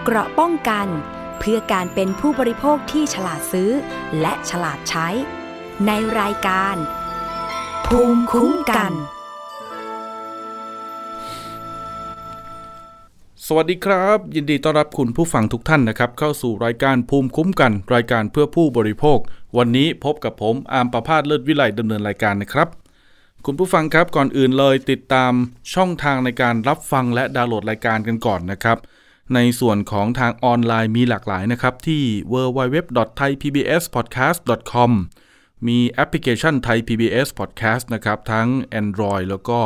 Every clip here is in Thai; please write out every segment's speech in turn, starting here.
เกราะป้องกันเพื่อการเป็นผู้บริโภคที่ฉลาดซื้อและฉลาดใช้ในรายการภูมิคุ้มกันสวัสดีครับยินดีต้อนรับคุณผู้ฟังทุกท่านนะครับเข้าสู่รายการภูมิคุ้มกันรายการเพื่อผู้บริโภควันนี้พบกับผมอาร์มประภาสเลิศวิไลดำเนินรายการนะครับคุณผู้ฟังครับก่อนอื่นเลยติดตามช่องทางในการรับฟังและดาวน์โหลดรายการกันก่อนนะครับในส่วนของทางออนไลน์มีหลากหลายนะครับที่ www.thaipbspodcast.com มีแอปพลิเคชัน Thai PBS Podcast นะครับทั้ง Android แล้วก็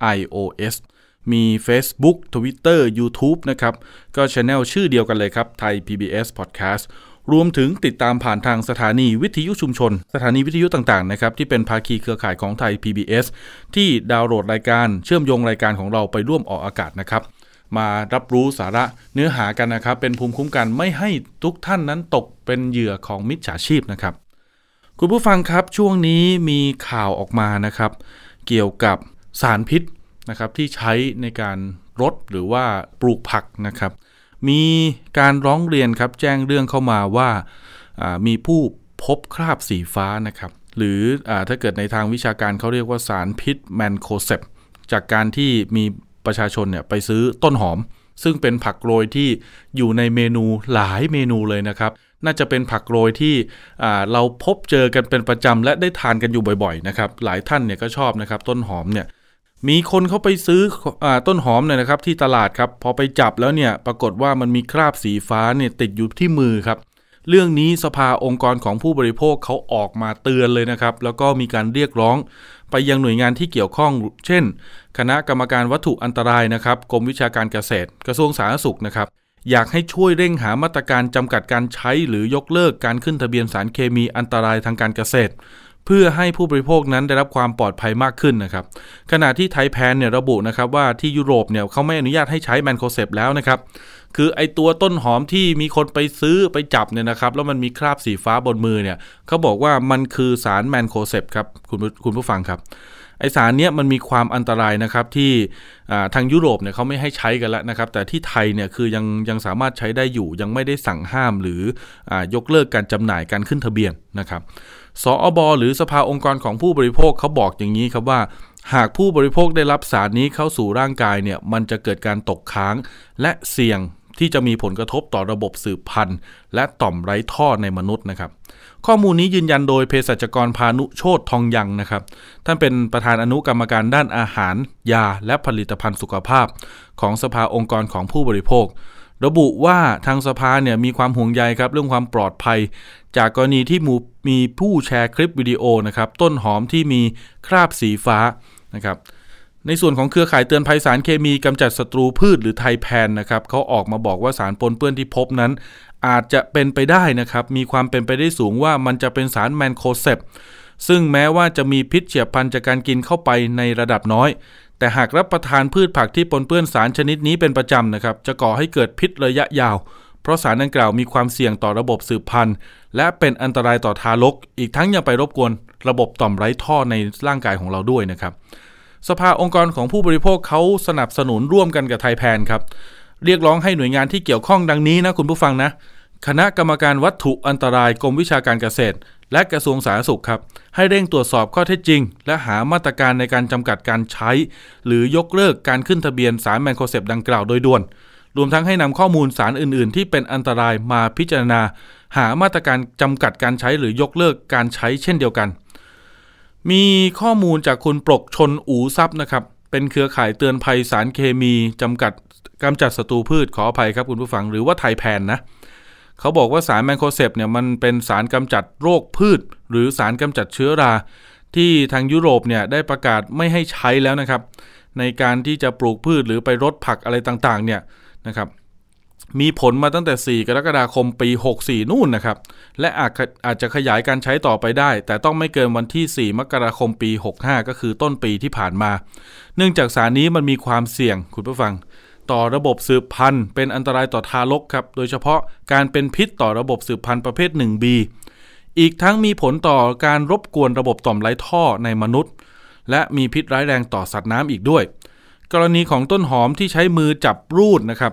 iOS มี Facebook Twitter YouTube นะครับก็ Channel ชื่อเดียวกันเลยครับ Thai PBS Podcast รวมถึงติดตามผ่านทางสถานีวิทยุชุมชนสถานีวิทยุต่างๆนะครับที่เป็นภาคีเครือข่ายของ Thai PBS ที่ดาวน์โหลดรายการเชื่อมโยงรายการของเราไปร่วมออกอากาศนะครับมารับรู้สาระเนื้อหากันนะครับเป็นภูมิคุ้มกันไม่ให้ทุกท่านนั้นตกเป็นเหยื่อของมิจฉาชีพนะครับคุณผู้ฟังครับช่วงนี้มีข่าวออกมานะครับเกี่ยวกับสารพิษนะครับที่ใช้ในการรดหรือว่าปลูกผักนะครับมีการร้องเรียนครับแจ้งเรื่องเข้ามาว่ามีผู้พบคราบสีฟ้านะครับหรือถ้าเกิดในทางวิชาการเขาเรียกว่าสารพิษแมนโคเซปจากการที่มีประชาชนเนี่ยไปซื้อต้นหอมซึ่งเป็นผักโรยที่อยู่ในเมนูหลายเมนูเลยนะครับน่าจะเป็นผักโรยที่เราพบเจอกันเป็นประจำและได้ทานกันอยู่บ่อยๆนะครับหลายท่านเนี่ยก็ชอบนะครับต้นหอมเนี่ยมีคนเขาไปซื้อต้นหอมเนี่ยนะครับที่ตลาดครับพอไปจับแล้วเนี่ยปรากฏว่ามันมีคราบสีฟ้าเนี่ยติดอยู่ที่มือครับเรื่องนี้สภาองค์กรของผู้บริโภคเขาออกมาเตือนเลยนะครับแล้วก็มีการเรียกร้องไปยังหน่วยงานที่เกี่ยวข้องเช่นคณะกรรมการวัตถุอันตรายนะครับกรมวิชาการเกษตรกระทรวงสาธารณสุขนะครับอยากให้ช่วยเร่งหามาตรการจำกัดการใช้หรือยกเลิกการขึ้นทะเบียนสารเคมีอันตรายทางการเกษตรเพื่อให้ผู้บริโภคนั้นได้รับความปลอดภัยมากขึ้นนะครับขณะที่ไทยแพนเนี่ยระบุนะครับว่าที่ยุโรปเนี่ยเขาไม่อนุญาตให้ใช้แมนโคเซปแล้วนะครับคือไอตัวต้นหอมที่มีคนไปซื้อไปจับเนี่ยนะครับแล้วมันมีคราบสีฟ้าบนมือเนี่ยเขาบอกว่ามันคือสารแมนโคเซปครับคุณผู้ฟังครับไอสารเนี้ยมันมีความอันตรายนะครับที่ทางยุโรปเนี่ยเขาไม่ให้ใช้กันแล้วนะครับแต่ที่ไทยเนี่ยคือยังสามารถใช้ได้อยู่ยังไม่ได้สั่งห้ามหรือยกเลิกการจำหน่ายการขึ้นทะเบียนนะครับสอบหรือสภาองค์กรของผู้บริโภคเขาบอกอย่างนี้ครับว่าหากผู้บริโภคได้รับสารนี้เข้าสู่ร่างกายเนี่ยมันจะเกิดการตกค้างและเสี่ยงที่จะมีผลกระทบต่อระบบสืบพันธุ์และต่อมไร้ท่อในมนุษย์นะครับข้อมูลนี้ยืนยันโดยเภสัชกรพานุโชติทองยังนะครับท่านเป็นประธานอนุกรรมการด้านอาหารยาและผลิตภัณฑ์สุขภาพของสภาองค์กรของผู้บริโภคระบุว่าทางสภาเนี่ยมีความห่วงใยครับเรื่องความปลอดภัยจากกรณีที่มีผู้แชร์คลิปวิดีโอนะครับต้นหอมที่มีคราบสีฟ้านะครับในส่วนของเครือข่ายเตือนภัยสารเคมีกำจัดศัตรูพืชหรือไทยแพนนะครับเขาออกมาบอกว่าสารปนเปื้อนที่พบนั้นอาจจะเป็นไปได้นะครับมีความเป็นไปได้สูงว่ามันจะเป็นสารแมนโคเซปซึ่งแม้ว่าจะมีพิษเฉียบพลันจากการกินเข้าไปในระดับน้อยแต่หากรับประทานพืชผักที่ปนเปื้อนสารชนิดนี้เป็นประจำนะครับจะก่อให้เกิดพิษระยะยาวเพราะสารดังกล่าวมีความเสี่ยงต่อระบบสืบพันธุ์และเป็นอันตรายต่อทารกอีกทั้งยังไปรบกวนระบบต่อมไร้ท่อในร่างกายของเราด้วยนะครับสภาองค์กรของผู้บริโภคเขาสนับสนุนร่วมกันกับไทยแพนครับเรียกร้องให้หน่วยงานที่เกี่ยวข้องดังนี้นะคุณผู้ฟังนะคณะกรรมการวัตถุอันตรายกรมวิชาการเกษตรและกระทรวงสาธารณสุขครับให้เร่งตรวจสอบข้อเท็จจริงและหามาตรการในการจำกัดการใช้หรือยกเลิกการขึ้นทะเบียนสารแมนโคเซปดังกล่าวโดยด่วนรวมทั้งให้นำข้อมูลสารอื่นๆที่เป็นอันตรายมาพิจารณาหามาตรการจำกัดการใช้หรือยกเลิกการใช้เช่นเดียวกันมีข้อมูลจากคุณปรกชนอู่ทรัพย์นะครับเป็นเครือข่ายเตือนภัยสารเคมีกำจัดศัตรูพืชขออภัยครับคุณผู้ฟังหรือว่าไทยแพนนะเขาบอกว่าสารแมนโคเซปเนี่ยมันเป็นสารกำจัดโรคพืชหรือสารกำจัดเชื้อราที่ทางยุโรปเนี่ยได้ประกาศไม่ให้ใช้แล้วนะครับในการที่จะปลูกพืชหรือไปรดผักอะไรต่างๆเนี่ยนะครับมีผลมาตั้งแต่4 กรกฎาคมปี64นู่นนะครับและอาจจะขยายการใช้ต่อไปได้แต่ต้องไม่เกินวันที่4 มกราคมปี65ก็คือต้นปีที่ผ่านมาเนื่องจากสารนี้มันมีความเสี่ยงคุณผู้ฟังต่อระบบสืบพันธุ์เป็นอันตรายต่อทารกครับโดยเฉพาะการเป็นพิษต่อระบบสืบพันธุ์ประเภท 1B อีกทั้งมีผลต่อการรบกวนระบบต่อมไร้ท่อในมนุษย์และมีพิษร้ายแรงต่อสัตว์น้ำอีกด้วยกรณีของต้นหอมที่ใช้มือจับรูดนะครับ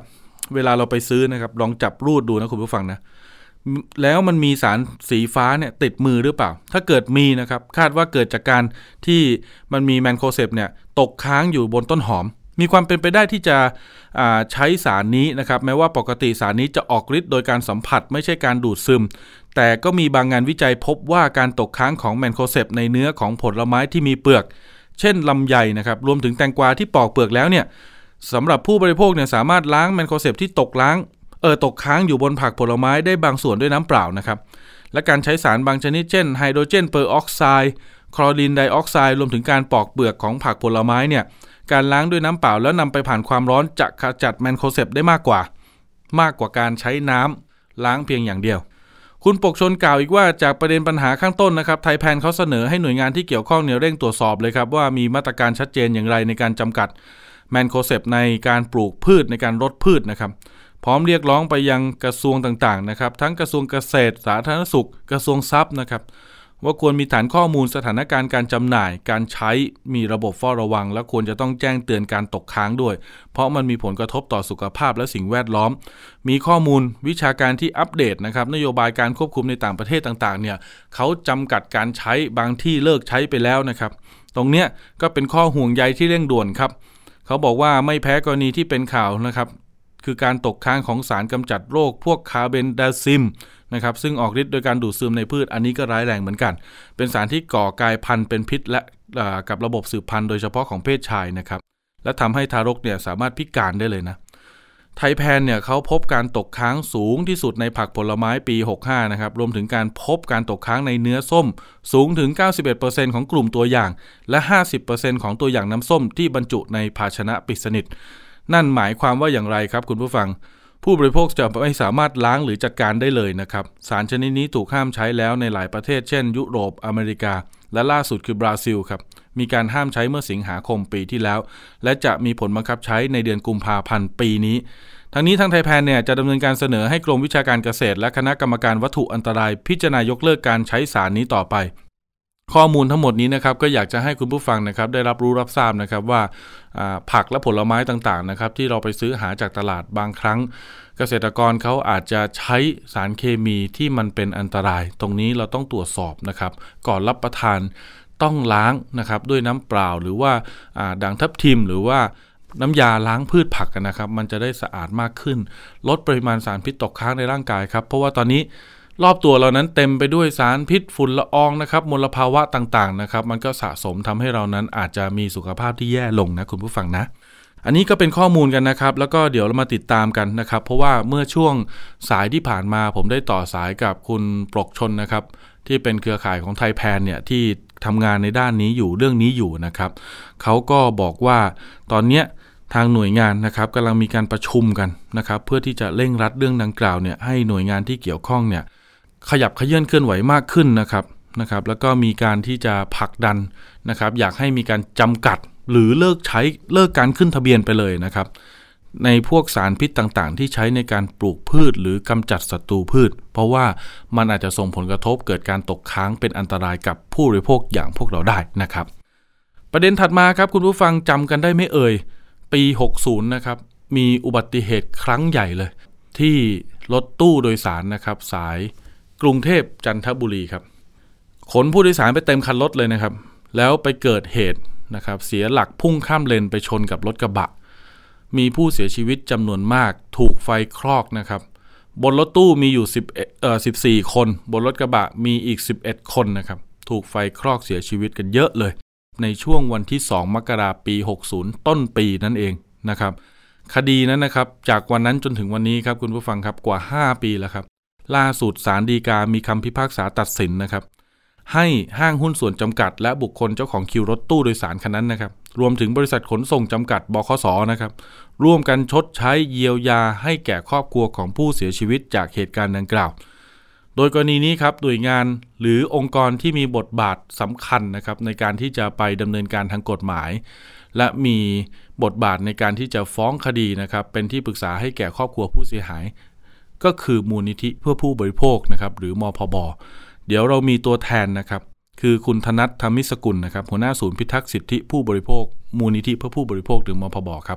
เวลาเราไปซื้อนะครับลองจับรูดดูนะคุณผู้ฟังนะแล้วมันมีสารสีฟ้าเนี่ยติดมือหรือเปล่าถ้าเกิดมีนะครับคาดว่าเกิดจากการที่มันมีแมนโคเซปเนี่ยตกค้างอยู่บนต้นหอมมีความเป็นไปได้ที่จะใช้สารนี้นะครับแม้ว่าปกติสารนี้จะออกฤทธิ์โดยการสัมผัสไม่ใช่การดูดซึมแต่ก็มีบางงานวิจัยพบว่าการตกค้างของแมนโคเซปในเนื้อของผลไม้ที่มีเปลือกเช่นลำไยนะครับรวมถึงแตงกวาที่ปอกเปลือกแล้วเนี่ยสำหรับผู้บริโภคเนี่ยสามารถล้างแมนโคเซปที่ตกค้างอยู่บนผักผลไม้ได้บางส่วนด้วยน้ำเปล่านะครับและการใช้สารบางชนิดเช่นไฮโดรเจนเปอร์ออกไซด์คลอรีนไดออกไซด์รวมถึงการปอกเปลือกของผักผลไม้เนี่ยการล้างด้วยน้ำเปล่าแล้วนำไปผ่านความร้อนจะขจัดแมนโคเซปได้มากกว่าการใช้น้ำล้างเพียงอย่างเดียวคุณปกชนกล่าวอีกว่าจากประเด็นปัญหาข้างต้นนะครับไทยแพนเขาเสนอให้หน่วยงานที่เกี่ยวข้องเนี่ยเร่งตรวจสอบเลยครับว่ามีมาตรการชัดเจนอย่างไรในการจำกัดแมนโคเซปในการปลูกพืชในการรดพืชนะครับพร้อมเรียกร้องไปยังกระทรวงต่างๆนะครับทั้งกระทรวงเกษตรสาธารณสุขกระทรวงทรัพย์นะครับว่าควรมีฐานข้อมูลสถานการณ์การจำหน่ายการใช้มีระบบเฝ้าระวังและควรจะต้องแจ้งเตือนการตกค้างด้วยเพราะมันมีผลกระทบต่อสุขภาพและสิ่งแวดล้อมมีข้อมูลวิชาการที่อัปเดตนะครับนโยบายการควบคุมในต่างประเทศต่างๆเนี่ยเขาจำกัดการใช้บางที่เลิกใช้ไปแล้วนะครับตรงเนี้ยก็เป็นข้อห่วงใยที่เร่งด่วนครับเขาบอกว่าไม่แพ้กรณีที่เป็นข่าวนะครับคือการตกค้างของสารกำจัดโรคพวกคาร์เบนไดซิมนะครับซึ่งออกฤทธิ์โดยการดูดซึมในพืชอันนี้ก็ร้ายแรงเหมือนกันเป็นสารที่ก่อกลายพันธุ์เป็นพิษและกับระบบสืบพันธุ์โดยเฉพาะของเพศชายนะครับและทำให้ทารกเนี่ยสามารถพิการได้เลยนะไทยแพนเนี่ยเขาพบการตกค้างสูงที่สุดในผักผลไม้ปี65นะครับรวมถึงการพบการตกค้างในเนื้อส้มสูงถึง 91% ของกลุ่มตัวอย่างและ 50% ของตัวอย่างน้ำส้มที่บรรจุในภาชนะปิดสนิทนั่นหมายความว่าอย่างไรครับคุณผู้ฟังผู้บริโภคจะไม่สามารถล้างหรือจัดการได้เลยนะครับสารชนิดนี้ถูกห้ามใช้แล้วในหลายประเทศเช่นยุโรปอเมริกาและล่าสุดคือบราซิลครับมีการห้ามใช้เมื่อสิงหาคมปีที่แล้วและจะมีผลบังคับใช้ในเดือนกุมภาพันธ์ปีนี้ทั้งนี้ทางไทยแพนเนี่ยจะดำเนินการเสนอให้กรมวิชาการเกษตรและคณะกรรมการวัตถุอันตรายพิจารณายกเลิกการใช้สารนี้ต่อไปข้อมูลทั้งหมดนี้นะครับก็อยากจะให้คุณผู้ฟังนะครับได้รับรู้รับทราบนะครับว่าผักและผลไม้ต่างๆนะครับที่เราไปซื้อหาจากตลาดบางครั้งเกษตรกรเขาอาจจะใช้สารเคมีที่มันเป็นอันตรายตรงนี้เราต้องตรวจสอบนะครับก่อนรับประทานต้องล้างนะครับด้วยน้ำเปล่าหรือว่าด่างทับทิมหรือว่าน้ำยาล้างพืชผักกันนะครับมันจะได้สะอาดมากขึ้นลดปริมาณสารพิษตกค้างในร่างกายครับเพราะว่าตอนนี้รอบตัวเรานั้นเต็มไปด้วยสารพิษฝุ่นละอองนะครับมลภาวะต่างๆนะครับมันก็สะสมทำให้เรานั้นอาจจะมีสุขภาพที่แย่ลงนะคุณผู้ฟังนะอันนี้ก็เป็นข้อมูลกันนะครับแล้วก็เดี๋ยวเรามาติดตามกันนะครับเพราะว่าเมื่อช่วงสายที่ผ่านมาผมได้ต่อสายกับคุณปกชนนะครับที่เป็นเครือข่ายของไทยแพนเนี่ยที่ทำงานในด้านนี้อยู่เรื่องนี้อยู่นะครับเขาก็บอกว่าตอนนี้ทางหน่วยงานนะครับกำลังมีการประชุมกันนะครับเพื่อที่จะเร่งรัดเรื่องดังกล่าวเนี่ยให้หน่วยงานที่เกี่ยวข้องเนี่ยขยับเขยื้อนเคลื่อนไหวมากขึ้นนะครับแล้วก็มีการที่จะผลักดันนะครับอยากให้มีการจำกัดหรือเลิกการขึ้นทะเบียนไปเลยนะครับในพวกสารพิษต่างๆที่ใช้ในการปลูกพืชหรือกำจัดศัตรูพืชเพราะว่ามันอาจจะส่งผลกระทบเกิดการตกค้างเป็นอันตรายกับผู้บริโภคอย่างพวกเราได้นะครับประเด็นถัดมาครับคุณผู้ฟังจำกันได้ไหมเอ่ยปี60นะครับมีอุบัติเหตุครั้งใหญ่เลยที่รถตู้โดยสารนะครับสายกรุงเทพจันทบุรีครับขนผู้โดยสารไปเต็มคันรถเลยนะครับแล้วไปเกิดเหตุนะครับเสียหลักพุ่งข้ามเลนไปชนกับรถกระบะมีผู้เสียชีวิตจำนวนมากถูกไฟคลอกนะครับบนรถตู้มีอยู่14คนบนรถกระบะมีอีก11คนนะครับถูกไฟคลอกเสียชีวิตกันเยอะเลยในช่วงวันที่2มกราคมปี60ต้นปีนั่นเองนะครับคดีนั้นนะครับจากวันนั้นจนถึงวันนี้ครับคุณผู้ฟังครับกว่า5ปีแล้วครับล่าสุดศาลฎีกามีคำพิพากษาตัดสินนะครับให้ห้างหุ้นส่วนจำกัดและบุคคลเจ้าของคิวรถตู้โดยสารคันนั้นนะครับรวมถึงบริษัทขนส่งจำกัดบขส.นะครับร่วมกันชดใช้เยียวยาให้แก่ครอบครัวของผู้เสียชีวิตจากเหตุการณ์ดังกล่าวโดยกรณีนี้ครับหน่วยงานหรือองค์กรที่มีบทบาทสำคัญนะครับในการที่จะไปดำเนินการทางกฎหมายและมีบทบาทในการที่จะฟ้องคดีนะครับเป็นที่ปรึกษาให้แก่ครอบครัวผู้เสียหายก็คือมูลนิธิเพื่อผู้บริโภคนะครับหรือมพบ.เดี๋ยวเรามีตัวแทนนะครับคือคุณธนัท ธรรมิสกุลนะครับหัวหน้าศูนย์พิทักษ์สิทธิผู้บริโภคมูลนิธิเพื่อผู้บริโภคหรือมพบ.ครับ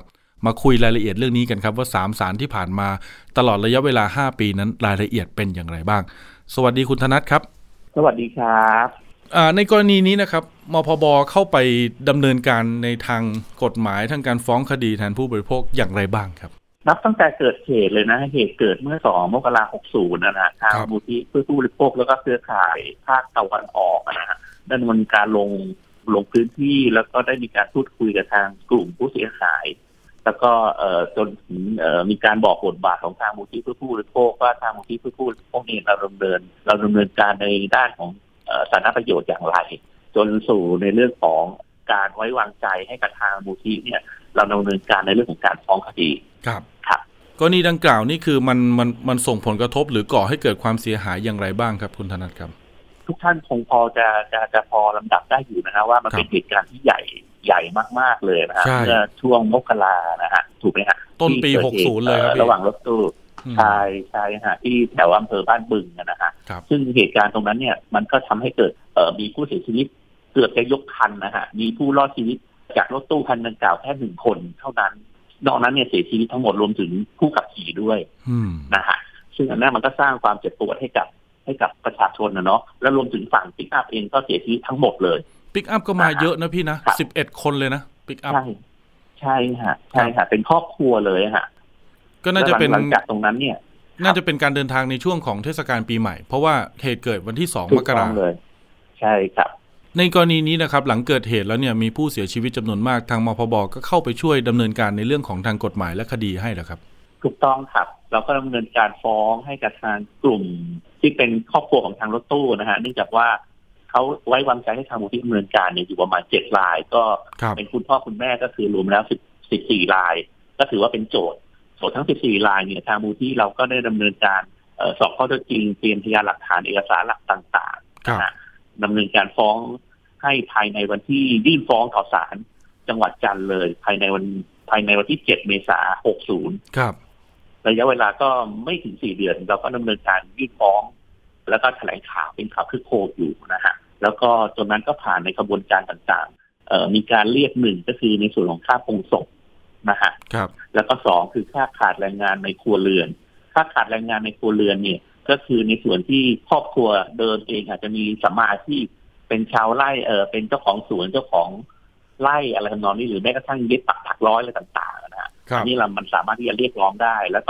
มาคุยรายละเอียดเรื่องนี้กันครับว่า3ศาลที่ผ่านมาตลอดระยะเวลา5ปีนั้นรายละเอียดเป็นอย่างไรบ้างสวัสดีคุณธนัทครับสวัสดีครับในกรณีนี้นะครับมพบ.เข้าไปดำเนินการในทางกฎหมายทางการฟ้องคดีแทนผู้บริโภคอย่างไรบ้างครับนับตั้งแต่เกิดเหตุเลยนะเหตุเกิดเมื่อ2 มกราคม 60นะฮะทางมูลที่เพื่อผู้บริโภคแล้วก็เครือข่ายภาคตะวันออกนะฮะได้ดำเนินการลงพื้นที่แล้วก็ได้มีการพูดคุยกับทางกลุ่มผู้เสียหายแล้วก็จนถึงมีการบอกบทบาทของทางมูลที่เพื่อผู้บริโภคว่าทางมูลที่เพื่อผู้บริโภคนี้เราดำเนินการในด้านของสาธารณประโยชน์อย่างไรจนสู่ในเรื่องของการไว้วางใจให้กับทางมูลที่เนี่ยเราดำเนินการในเรื่องของการฟ้องคดีครับกรณีดังกล่าวนี่คือมันส่งผลกระทบหรือก่อให้เกิดความเสียหายอย่างไรบ้างครับคุณธนัทครับทุกท่านคงพอจะพอลำดับได้อยู่นะฮะว่ามันเป็นเหตุการณ์ที่ใหญ่มากๆเลยนะฮะเมื่อช่วงมกรานะฮะถูกไหมฮะต้นปี60เลยครับระหว่างรถตู้ใช่ฮะที่แถวอำเภอบ้านบึงนะฮะซึ่งเหตุการณ์ตรงนั้นเนี่ยมันก็ทำให้เกิดมีผู้เสียชีวิตเกือบจะยกคันนะฮะมีผู้รอดชีวิตจากรถตู้คันดังกล่าวแค่1 คนเท่านั้นนอกนั้นเนี่ยเสียชีวิตทั้งหมดรวมถึงผู้ขับขี่ด้วยนะฮะซึ่งอันนั้นมันก็สร้างความเจ็บปวดให้กับประชาชนนะเนาะแล้วรวมถึงฝั่งปิกอัพเองก็เสียชีวิตทั้งหมดเลยปิกอัพก็มาเยอะนะพี่นะ11 คนเลยนะปิกอัพใช่ฮะเป็นครอบครัวเลยฮะก็น่าจะเป็นหลังจากตรงนั้นเนี่ยน่าจะเป็นการเดินทางในช่วงของเทศกาลปีใหม่เพราะว่าเหตุเกิดวันที่2 มกราคมเลยใช่ครับในกรณีนี้นะครับหลังเกิดเหตุแล้วเนี่ยมีผู้เสียชีวิตจำนวนมากทางมพบ.ก็เข้าไปช่วยดำเนินการในเรื่องของทางกฎหมายและคดีให้เหรอครับถูกต้องครับเราก็ดำเนินการฟ้องให้กับทางกลุ่มที่เป็นครอบครัวของทางรถตู้นะฮะเนื่องจากว่าเขาไว้วางใจให้ทางมูลที่ดำเนินการเนี่ยอยู่ประมาณ7 รายก็เป็นคุณพ่อคุณแม่ก็คือรวมแล้ว14 รายก็ถือว่าเป็นโจทย์ทั้ง14 รายเนี่ยทางมูลที่เราก็ได้ดำเนินการสอบข้อเท็จจริงเตรียมพยานหลักฐานเอกสารหลักต่างๆนะฮะดำเนินการฟ้องให้ภายในวันที่ยื่นฟ้องต่อศาลจังหวัดจันทร์เลยภายในวันที่7 เมษายน 60 ครับระยะเวลาก็ไม่ถึง4 เดือนเราก็ดำเนินการยื่นฟ้องแล้วก็แถลงข่าวเป็นข่าวคึกโครมอยู่นะฮะแล้วก็จนนั้นก็ผ่านในกระบวนการต่างๆมีการเรียก1ก็คือในส่วนของค่าปรุงศพนะฮะครับแล้วก็2คือค่าขาดแรงงานในครัวเรือนค่าขาดแรงงานในครัวเรือนเนี่ยก็คือในส่วนที่ครอบครัวเดิมเองอาจจะมีสัมมาอาชีพเป็นชาวไร่เป็นเจ้าของสวนเจ้าของไร่อะไรทำนองนี้หรือแม้กระทั่งเย็บปักถักร้อยอะไรต่างๆนะฮะอันนี้มันสามารถที่จะเรียกร้องได้แล้วก็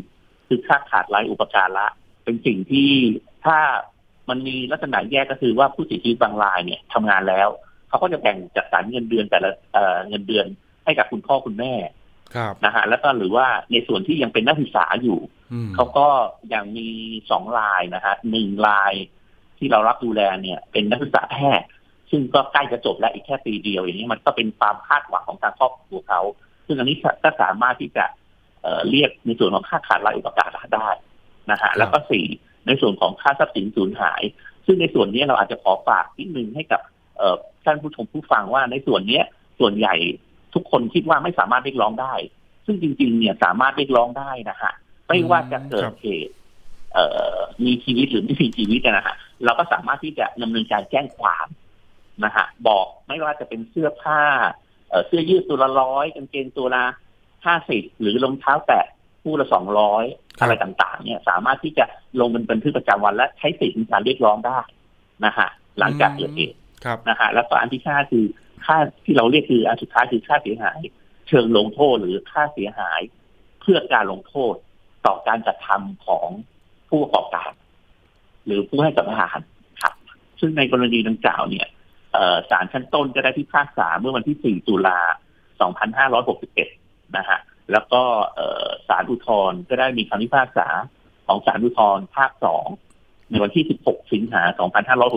3คือค่าขาดรายอุปการะเป็นสิ่งที่ถ้ามันมีลักษณะแยกก็คือว่าผู้เสียชีวิตบางรายเนี่ยทำงานแล้วเขาก็จะแบ่งจัดสรรเงินเดือนแต่ละเงินเดือนให้กับคุณพ่อคุณแม่นะฮะแล้วก็หรือว่าในส่วนที่ยังเป็นนักศึกษาอยู่เขาก็ยังมี2 รายนะฮะ1 รายที่เรารับดูแลเนี่ยเป็นนักศึกษาแพทย์ซึ่งก็ใกล้จะจบแล้วอีกแค่ปีเดียวอย่างนี้มันก็เป็นความคาดหวังของทางครอบครัวเขาซึ่งอันนี้ก็สามารถที่จะเรียกในส่วนของค่าขาดรายอุปการะได้นะฮะแล้วก็4ในส่วนของค่าทรัพย์สินสูญหายซึ่งในส่วนนี้เราอาจจะขอฝากนิดนึงให้กับท่านผู้ชมผู้ฟังว่าในส่วนนี้ส่วนใหญ่ทุกคนคิดว่าไม่สามารถเรียกร้องได้ซึ่งจริงๆเนี่ยสามารถเรียกร้องได้นะฮะไม่ว่าจะเกิดเหตุมีชีวิตหรือไม่มีชีวิตนะฮะเราก็สามารถที่จะดำเนินการแจ้งความนะฮะบอกไม่ว่าจะเป็นเสื้อผ้าเสื้อยืดตัวละ100กางเกงตัวละ50หรือรองเท้าแตะคู่ละ200อะไรต่างๆเนี่ยสามารถที่จะลงเป็นบันทึกประจำวันและใช้สิทธิในการเรียกร้องได้นะฮะหลังจากเกิดเหตุนะฮะแล้วก็อันที่5คือค่าที่เราเรียกคืออันสุดท้ายคือค่าเสียหายเชิงลงโทษหรือค่าเสียหายเพื่อการลงโทษต่อการกระทำของผู้ประกอบการหรือผู้ให้สัมปทานครับซึ่งในกรณีดังกล่าวเนี่ยศาลชั้นต้นก็ได้พิพากษาเมื่อวันที่4 ตุลา 2561นะฮะแล้วก็ศาลอุทธรณ์ก็ได้มีคำพิพากษาของศาลอุทธรณ์ภาค2ในวันที่16 สิงหาคม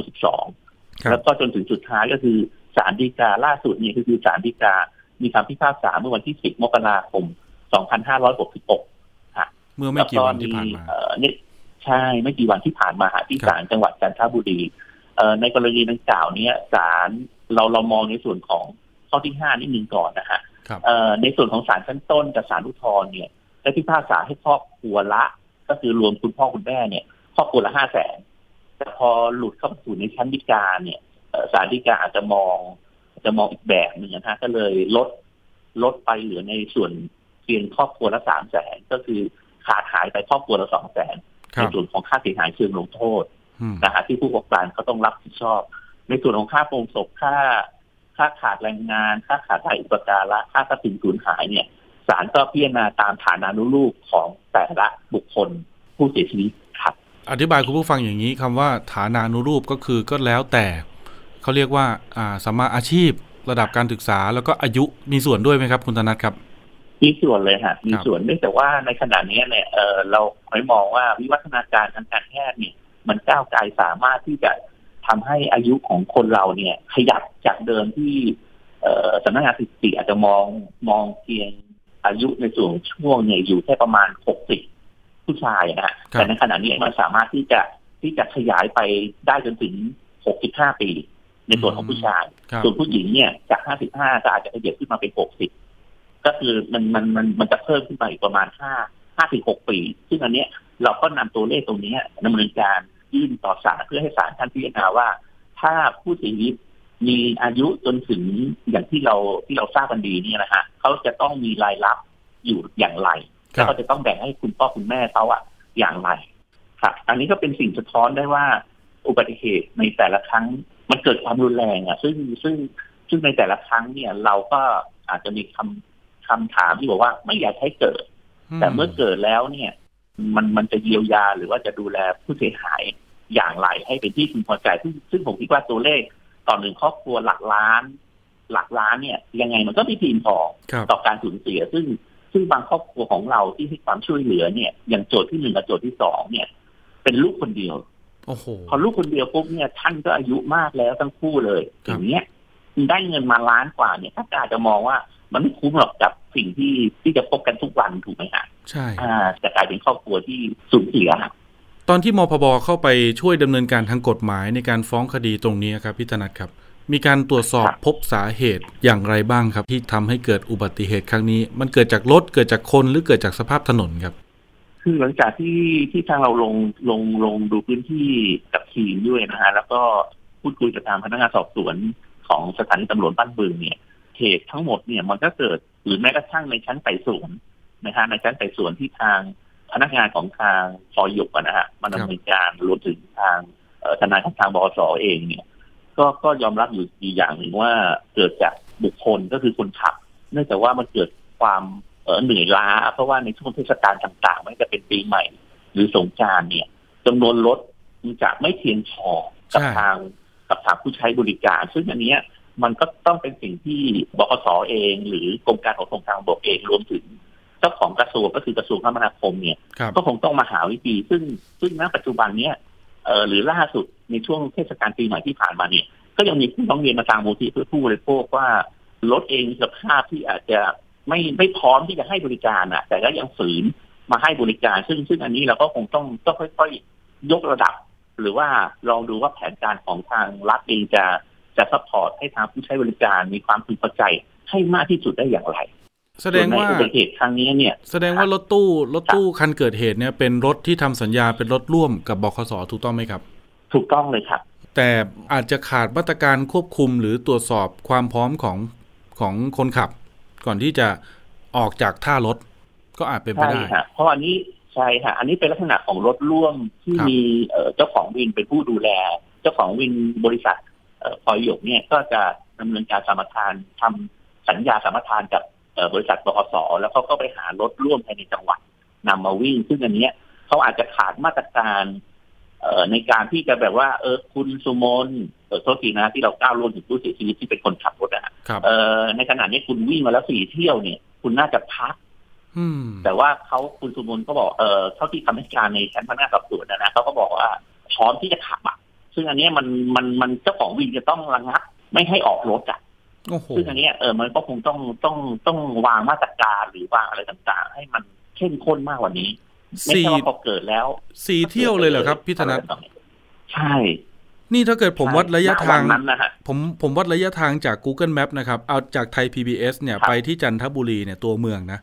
2562แล้วก็จนถึงสุดท้ายก็คือศาลฎีกาล่าสุดเนี่ยคือศาลฎีกามีคำพิพากษาเมื่อวันที่10 มกราคม 2566 เมื่อไม่กี่วันที่ผ่านมาใช่ไม่กี่วันที่ผ่านมาที่ศาลจังหวัดจันทบุรีในกรณีดังกล่าวนี้ศาลเรามองในส่วนของข้อที่5นิดนึงก่อนนะฮะในส่วนของศาลชั้นต้นกับศาลอุทธรณ์เนี่ยได้พิพากษาให้ครอบครัวละก็คือรวมคุณพ่อคุณแม่เนี่ยครอบครัวละ 500,000 แต่พอหลุดเข้าสู่ในชั้นฎีกาเนี่ยศาลฎีกาอาจจะมองอีกแบบนึงนะฮะก็เลยลดไปเหลือในส่วนเพียงครอบครัวละ300,000ก็คือขาดหายไปครอบครัวละ200,000ในส่วนของค่าเสียหายเชิงลงโทษนะฮะที่ผู้ประกอบการเขาต้องรับผิดชอบในส่วนของค่าโปร่งศพค่าขาดแรงงานค่าขาดทายอุปการะค่าทรัพย์สินสูญหายเนี่ยศาลก็พิจารณาตามฐานานุรูปของแต่ละบุคคลผู้เสียชีวิตครับอธิบายคุณผู้ฟังอย่างนี้คำว่าฐานานุรูปก็คือก็แล้วแต่เขาเรียกว่าสัมมาอาชีพระดับการศึกษาแล้วก็อายุมีส่วนด้วยไหมครับคุณธนัทครับมีส่วนเลยฮะมีส่วนเนื่องจากว่าในขณะนี้เนี่ยเราไม่มองว่าวิวัฒนาการทางการแพทย์เนี่ยมันก้าวไกลสามารถที่จะทำให้อายุของคนเราเนี่ยขยับจากเดิมที่สำนักงานสถิติอาจจะมองเพียงอายุในส่วนช่วงเนี่ยอยู่แค่ประมาณ60ผู้ชายนะฮะแต่ในขณะนี้มันสามารถที่จะขยายไปได้จนถึง65ปีในส่วนของผู้ชายส่วนผู้หญิงเนี่ยจาก55ก็อาจจะขยับขึ้นมาเป็น60ก็คือมันจะเพิ่มขึ้นไปอีกประมาณ5-6 ปีซึ่งอันเนี้ยเราก็นำตัวเลขตรงนี้ดำเนินการยื่นต่อศาลเพื่อให้ศาลท่านพิจารณาว่าถ้าผู้เสียชีวิตมีอายุจนถึงอย่างที่เราทราบกันดีเนี่ยนะฮะเขาจะต้องมีรายรับอยู่อย่างไรแล้วเขาจะต้องแบ่งให้คุณพ่อคุณแม่เขาอย่างไรครับอันนี้ก็เป็นสิ่งสะท้อนได้ว่าอุบัติเหตุในแต่ละครั้งมันเกิดความรุนแรงซึ่งในแต่ละครั้งเนี่ยเราก็อาจจะมีคำถามที่บอกว่าไม่อยากให้เกิดแต่เมื่อเกิดแล้วเนี่ยมันจะเยียวยาหรือว่าจะดูแลผู้เสียหายอย่างไรให้เป็นที่พึงพอใจซึ่งผมคิดว่าตัวเลขต่อ1ครอบครัวหลักล้านเนี่ยยังไงมันก็ไม่เพียงพอต่อการสูญเสียซึ่งบางครอบครัวของเราที่ให้ความช่วยเหลือเนี่ยอย่างโจทย์ที่1กับโจทย์ที่2เนี่ยเป็นลูกคนเดียวพอลูกคนเดียวปุ๊บเนี่ยท่านก็อายุมากแล้วทั้งคู่เลยอย่างเงี้ยได้เงินมาล้านกว่าเนี่ยถ้าอาจจะมองว่ามันไม่คุ้มหรอกกับสิ่งที่จะพบกันทุกวันถูกไหมฮะใช่จะกลายเป็นครอบครัวที่สูญเสียตอนที่มพบ.เข้าไปช่วยดำเนินการทางกฎหมายในการฟ้องคดีตรงนี้ครับพี่ธนัทครับมีการตรวจสอบพบสาเหตุอย่างไรบ้างครับที่ทำให้เกิดอุบัติเหตุครั้งนี้มันเกิดจากรถเกิดจากคนหรือเกิดจากสภาพถนนครับคือหลังจากที่ทางเราลงดูพื้นที่กับทีมด้วยนะฮะแล้วก็พูดคุยกับทางพนักงานสอบสวนของสถานีตำรวจบ้านบึงเนี่ยเหตุทั้งหมดเนี่ยมันก็เกิดหรือแม้กระทั่งในชั้นไต่สวนนะฮะในชั้นไต่สวนที่ทางพนักงานของทางฟอยกนะฮะมาดำเนินการรวมถึงทางทนายของทางบส.เองเนี่ยก็ยอมรับอยู่อย่างหนึ่งว่าเกิดจากบุคคลก็คือคนขับเนื่องจากว่ามันเกิดความเหนื่อยล้าเพราะว่าในช่วงเทศกาลต่างๆไม่ว่าจะเป็นปีใหม่หรือสงกรานต์เนี่ยจำนวนรถจะไม่เพียงพอกับทางผู้ใช้บริการซึ่งอันนี้มันก็ต้องเป็นสิ่งที่บขส.เองหรือกรมการขนส่งทางบกเองรวมถึงเจ้าของกระทรวงก็คือกระทรวงคมนาคมเนี่ยก็คงต้องมาหาวิธีซึ่งณปัจจุบันเนี้ยหรือล่าสุดในช่วงเทศกาลปีใหม่ที่ผ่านมาเนี่ยก็ยังมีผู้ร้องเรียนมาทางมูลที่เพื่อผู้บริโภคว่ารถเองสภาพที่อาจจะไม่พร้อมที่จะให้บริการแต่ก็ยังฝืนมาให้บริการซึ่งอันนี้เราก็คงต้องค่อยๆยกระดับหรือว่าลองดูว่าแผนการของทางรัฐเองจะซัพพอร์ตให้ทางผู้ใช้บริการมีความพึงพอใจให้มากที่สุดได้อย่างไรแสดงว่าอุบัติเหตุครั้งนี้เนี่ยแสดงว่ารถตู้คันเกิดเหตุเนี่ยเป็นรถที่ทำสัญญาเป็นรถร่วมกับบขส.ถูกต้องไหมครับถูกต้องเลยครับแต่อาจจะขาดมาตรการควบคุมหรือตรวจสอบความพร้อมของคนขับก่อนที่จะออกจากท่ารถก็อาจเป็นไปได้เพราะอันนี้ใช่ค่ะอันนี้เป็นลักษณะของรถร่วมที่มีเจ้าของวินเป็นผู้ดูแลเจ้าของวินบริษัทพอยกเนี่ยก็จะดำเนินการสัมปทานทำสัญญาสัมปทานกับบริษัทบขส.แล้วเขาก็ไปหารถร่วมภายในจังหวัดนำมาวิ่งซึ่งอันนี้เขาอาจจะขาดมาตรการในการที่จะแบบว่าคุณสุมนโทษทีนะที่เราก้าวล่วงถึงผู้เสียชีวิตที่เป็นคนขับรถในขณะนี้คุณวิ่งมาแล้ว4 เที่ยวเนี่ยคุณน่าจะพักแต่ว่าคุณสุมนก็บอกเท่าที่คำให้การในชั้นพนักงานสอบสวนนะเขาก็บอกว่าพร้อมที่จะขับซึ่งอันนี้มันเจ้าของวินจะต้องระงับไม่ให้ออกรถซึ่งอันนี้มันก็คงต้องวางมาตรการหรือวางอะไรต่างๆให้มันเข้มข้นมากกว่านี้ไม่ใช่ว่าพอเกิดแล้ว 4 เที่ยวเลยเหรอครับพี่ธนัทใช่นี่ถ้าเกิดผมวัดระยะทางผมวัดระยะทางจาก Google Map นะครับเอาจากไทย PBS เนี่ยไปที่จันทบุรีเนี่ยตัวเมืองนะ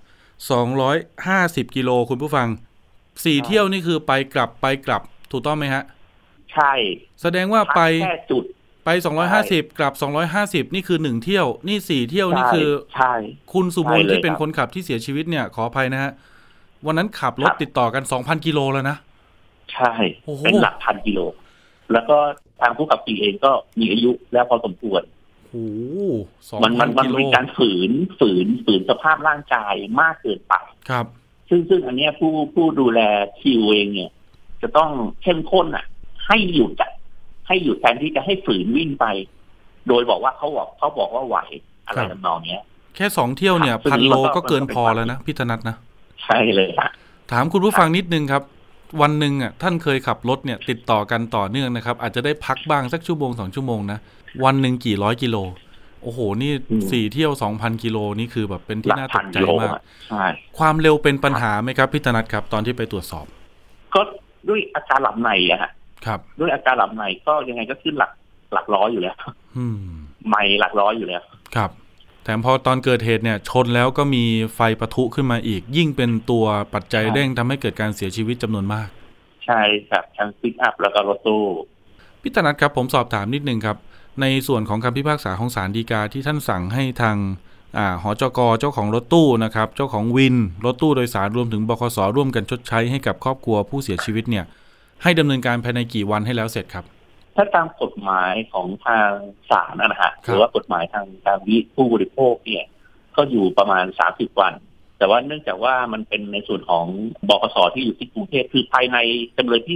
250 กิโลคุณผู้ฟัง4 เที่ยวนี่คือไปกลับถูกต้องไหมฮะใช่แสดงว่าไปแค่จุดไป250กลับ250นี่คือ1เที่ยวนี่4เที่ยวนี่คือใช่คุณสุมนที่เป็นคนขับที่เสียชีวิตเนี่ยขออภัยนะฮะวันนั้นขับรถติดต่อกัน 2,000 กิโลแล้วนะใช่เป็นหลักพันกิโลแล้วก็ทางผู้ขับขี่เองก็มีอายุแล้วพอสมควรโอ้มันมีการฝืนสภาพร่างกายมากเกินไปครับซึ่งอันนี้ผู้ดูแลคิวเองเนี่ยจะต้องเข้มข้นให้หยุดแทนที่จะให้ฝืนวิ่งไปโดยบอกว่าเขาบอกว่าไหวอะไรทำนองนี้แค่2เที่ยวเนี่ย1,000 โลก็เกินพอแล้วนะพี่ธนัทนะใช่เลยครับถามคุณผู้ฟังนิดนึงครับวันหนึ่งท่านเคยขับรถเนี่ยติดต่อกันต่อเนื่องนะครับอาจจะได้พักบ้างสักชั่วโมง2ชั่วโมงนะวันหนึ่งกี่ร้อยกิโลโอ้โหนี่4เที่ยว 2,000 กิโลนี่คือแบบเป็นที่น่าตกใจมากความเร็วเป็นปัญหาไหมครับพี่ธนัทครับตอนที่ไปตรวจสอบก็ด้วยอาการหลับในครับด้วยอาการหลับในก็ยังไงก็ขึ้นหลักร้อยอยู่แล้วไม่หลักร้อยอยู่แล้วครับแถมพอตอนเกิดเหตุเนี่ยชนแล้วก็มีไฟปะทุขึ้นมาอีกยิ่งเป็นตัวปัจจัยเร่งทำให้เกิดการเสียชีวิตจำนวนมากใช่ครับทั้งปิกอัพแล้วก็รถตู้พี่ธนัทครับผมสอบถามนิดนึงครับในส่วนของคำพิพากษาของศาลฎีกาที่ท่านสั่งให้ทางหจก.เจ้าของรถตู้นะครับเจ้าของวินรถตู้โดยสารรวมถึงบขส.ร่วมกันชดใช้ให้กับครอบครัวผู้เสียชีวิตเนี่ยให้ดำเนินการภายในกี่วันให้แล้วเสร็จครับถ้าตามกฎหมายของทางศาลนะฮะหรือว่ากฎหมายทางผู้บริโภคเนี่ยก็อยู่ประมาณ30 วันแต่ว่าเนื่องจากว่ามันเป็นในส่วนของบขส.ที่อยู่ที่กรุงเทพคือภายในจำเลยที่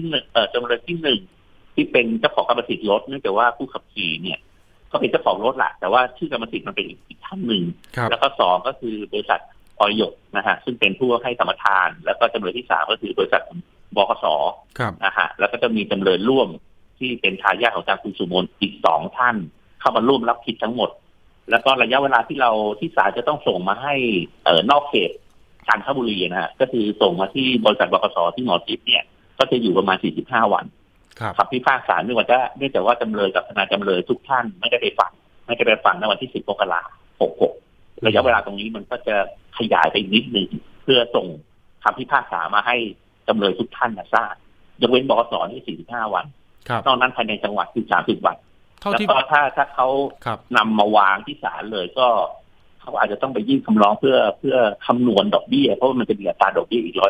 1ที่เป็นเจ้าของกรรมสิทธิ์รถเนื่องจากว่าผู้ขับขี่เนี่ยก็เป็นเจ้าของรถแหละแต่ว่าชื่อกรรมสิทธิ์มันเป็นอีกท่านหนึ่งแล้วก็2ก็คือบริษัทออยกนะฮะซึ่งเป็นผู้ให้สัมปทานแล้วก็จำเลยที่3ก็คือบริษัทบขส.นะฮะแล้วก็จะมีจำเลยร่วมที่เป็นทายาทของทางคุณสุมนอีก2ท่านเข้ามาร่วมรับผิดทั้งหมดแล้วก็ระยะเวลาที่ศาลจะต้องส่งมาให้นอกเขตจันทบุรีนะฮะก็คือส่งมาที่บริษัทบขส.ที่หมอทิพย์เนี่ยก็จะอยู่ประมาณ45 วันครับพิพากษาเนื่องจากว่าจำเลยกับทนายจำเลยทุกท่านไม่ได้ไปฟังในวันที่10 มกราคม 66ระยะเวลาตรงนี้มันก็จะขยายไปนิดนึงเพื่อส่งคำพิพากษามาให้จำเลยทุกท่านทราบยกเว้นบขส.นี่45 วันนอกนั้นภายในจังหวัดคือ30 วันแล้วก็ถ้าเขานำมาวางที่ศาลเลยก็เขาอาจจะต้องไปยื่นคำร้องเพื่อคำนวณดอกเบี้ยเพราะมันจะมีอัตราดอกเบี้ยอีก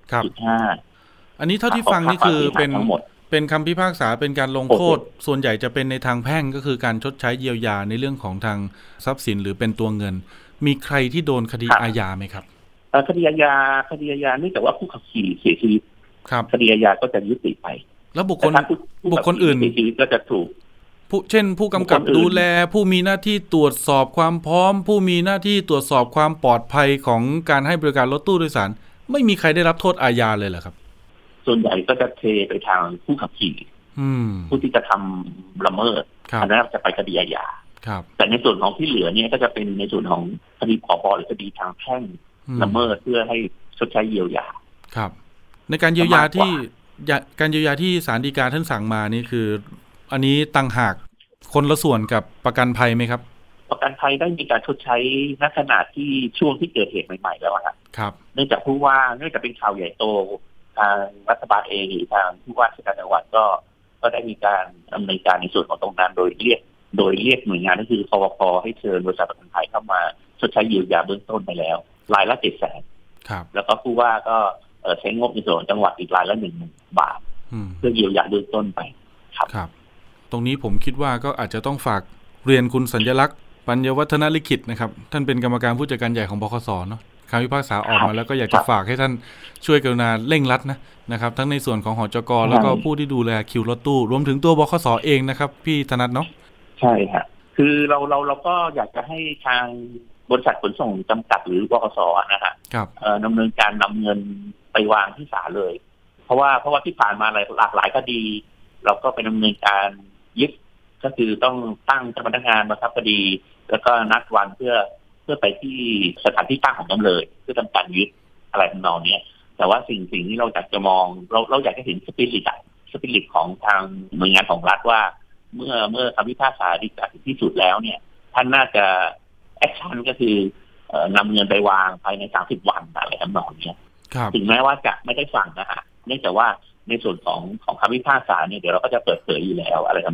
107.5 อันนี้เท่าที่ฟังนี่คือเป็นคำพิพากษาเป็นการลงโทษส่วนใหญ่จะเป็นในทางแพ่งก็คือการชดใช้เยียวยาในเรื่องของทางทรัพย์สินหรือเป็นตัวเงินมีใครที่โดนคดีอาญาไหมครับคดีอาญาเนื่องจากว่าผู้ขับขี่เสียชีวิตคดีอาญาก็จะยุติไปแล้วบุคคลอื่นก็จะถูกเช่นผู้กำกับดูแลผู้มีหน้าที่ตรวจสอบความพร้อมผู้มีหน้าที่ตรวจสอบความปลอดภัยของการให้บริการรถตู้โดยสารไม่มีใครได้รับโทษอาญาเลยเหรอครับส่วนใหญ่ก็จะเทไปทางผู้ขับขี่ผู้ที่จะทำละเมิดอันนั้นจะไปคดีอาญาแต่ในส่วนของที่เหลือเนี่ยก็จะเป็นในส่วนของคดีผบ.หรือคดีทางแพ่งละเมิดเพื่อให้ชดใช้เยียวยาครับในการเยียวยาที่ศาลฎีกาท่านสั่งมานี่คืออันนี้ต่างหากคนละส่วนกับประกันภัยไหมครับประกันภัยได้มีการชดใช้ณขณะที่ช่วงที่เกิดเหตุใหม่ๆแล้วครับเนื่องจากเป็นข่าวใหญ่โตทางรัฐบาลเองหรือทางผู้ว่าราชการจังหวัดก็ได้มีการดำเนินการในส่วนของตรงนั้นโดยเรียกหน่วยงานก็คือคปภ.ให้เชิญบริษัทประกันภัยเข้ามาชดใช้เยียวยาเบื้องต้นไปแล้วรายละ 700,000 ครับแล้วก็ผู้ว่าก็ใช้งบในส่วนของจังหวัดอีกรายละ 10,000 บาทเพื่อเยียวยาเบื้องต้นไปครับตรงนี้ผมคิดว่าก็อาจจะต้องฝากเรียนคุณสัญลักษณ์ปัญญวัฒนลิขิตนะครับท่านเป็นกรรมการผู้จัดการใหญ่ของบขส.เนาะคำพิพากษาออกมาแล้วก็อยากจะฝากให้ท่านช่วยกรุณาเร่งรัดนะครับทั้งในส่วนของหจก.แล้วก็ผู้ที่ดูแลคิวรถตู้รวมถึงตัวบขส.เองนะครับพี่ธนัทเนาะใช่ครับคือเราก็อยากจะให้ทางบริษัทขนส่งจำกัดหรือบขส.นะฮะดำเนินการนำเงินไปวางที่ศาลเลยเพราะว่าที่ผ่านมาหลากหลายคดีเราก็ไปดำเนินการยึดก็คือต้องตั้งเจ้าพนักงานบังคับคดีแล้วก็นัดวันเพื่อไปที่สถานที่ตั้งของจำเลยเพื่อทำการยึดอะไรทำนองนี้แต่ว่าสิ่งที่เราอยากจะมองเราอยากจะเห็นสปิริตของทางหน่วยงานของรัฐว่าเมื่อคำพิพากษาฎีกาถึงที่สุดแล้วเนี่ยท่านน่าจะแอคชั่นก็คือนำเงินไปวางภายใน30 วันอะไรทำนองนี้ถึงแม้ว่าจะไม่ได้ฟังนะฮะเนื่องจากว่าในส่วนของคำพิพากษาเนี่ยเดี๋ยวเราก็จะเปิดเผยอยู่แล้วอะไรทำนองนี้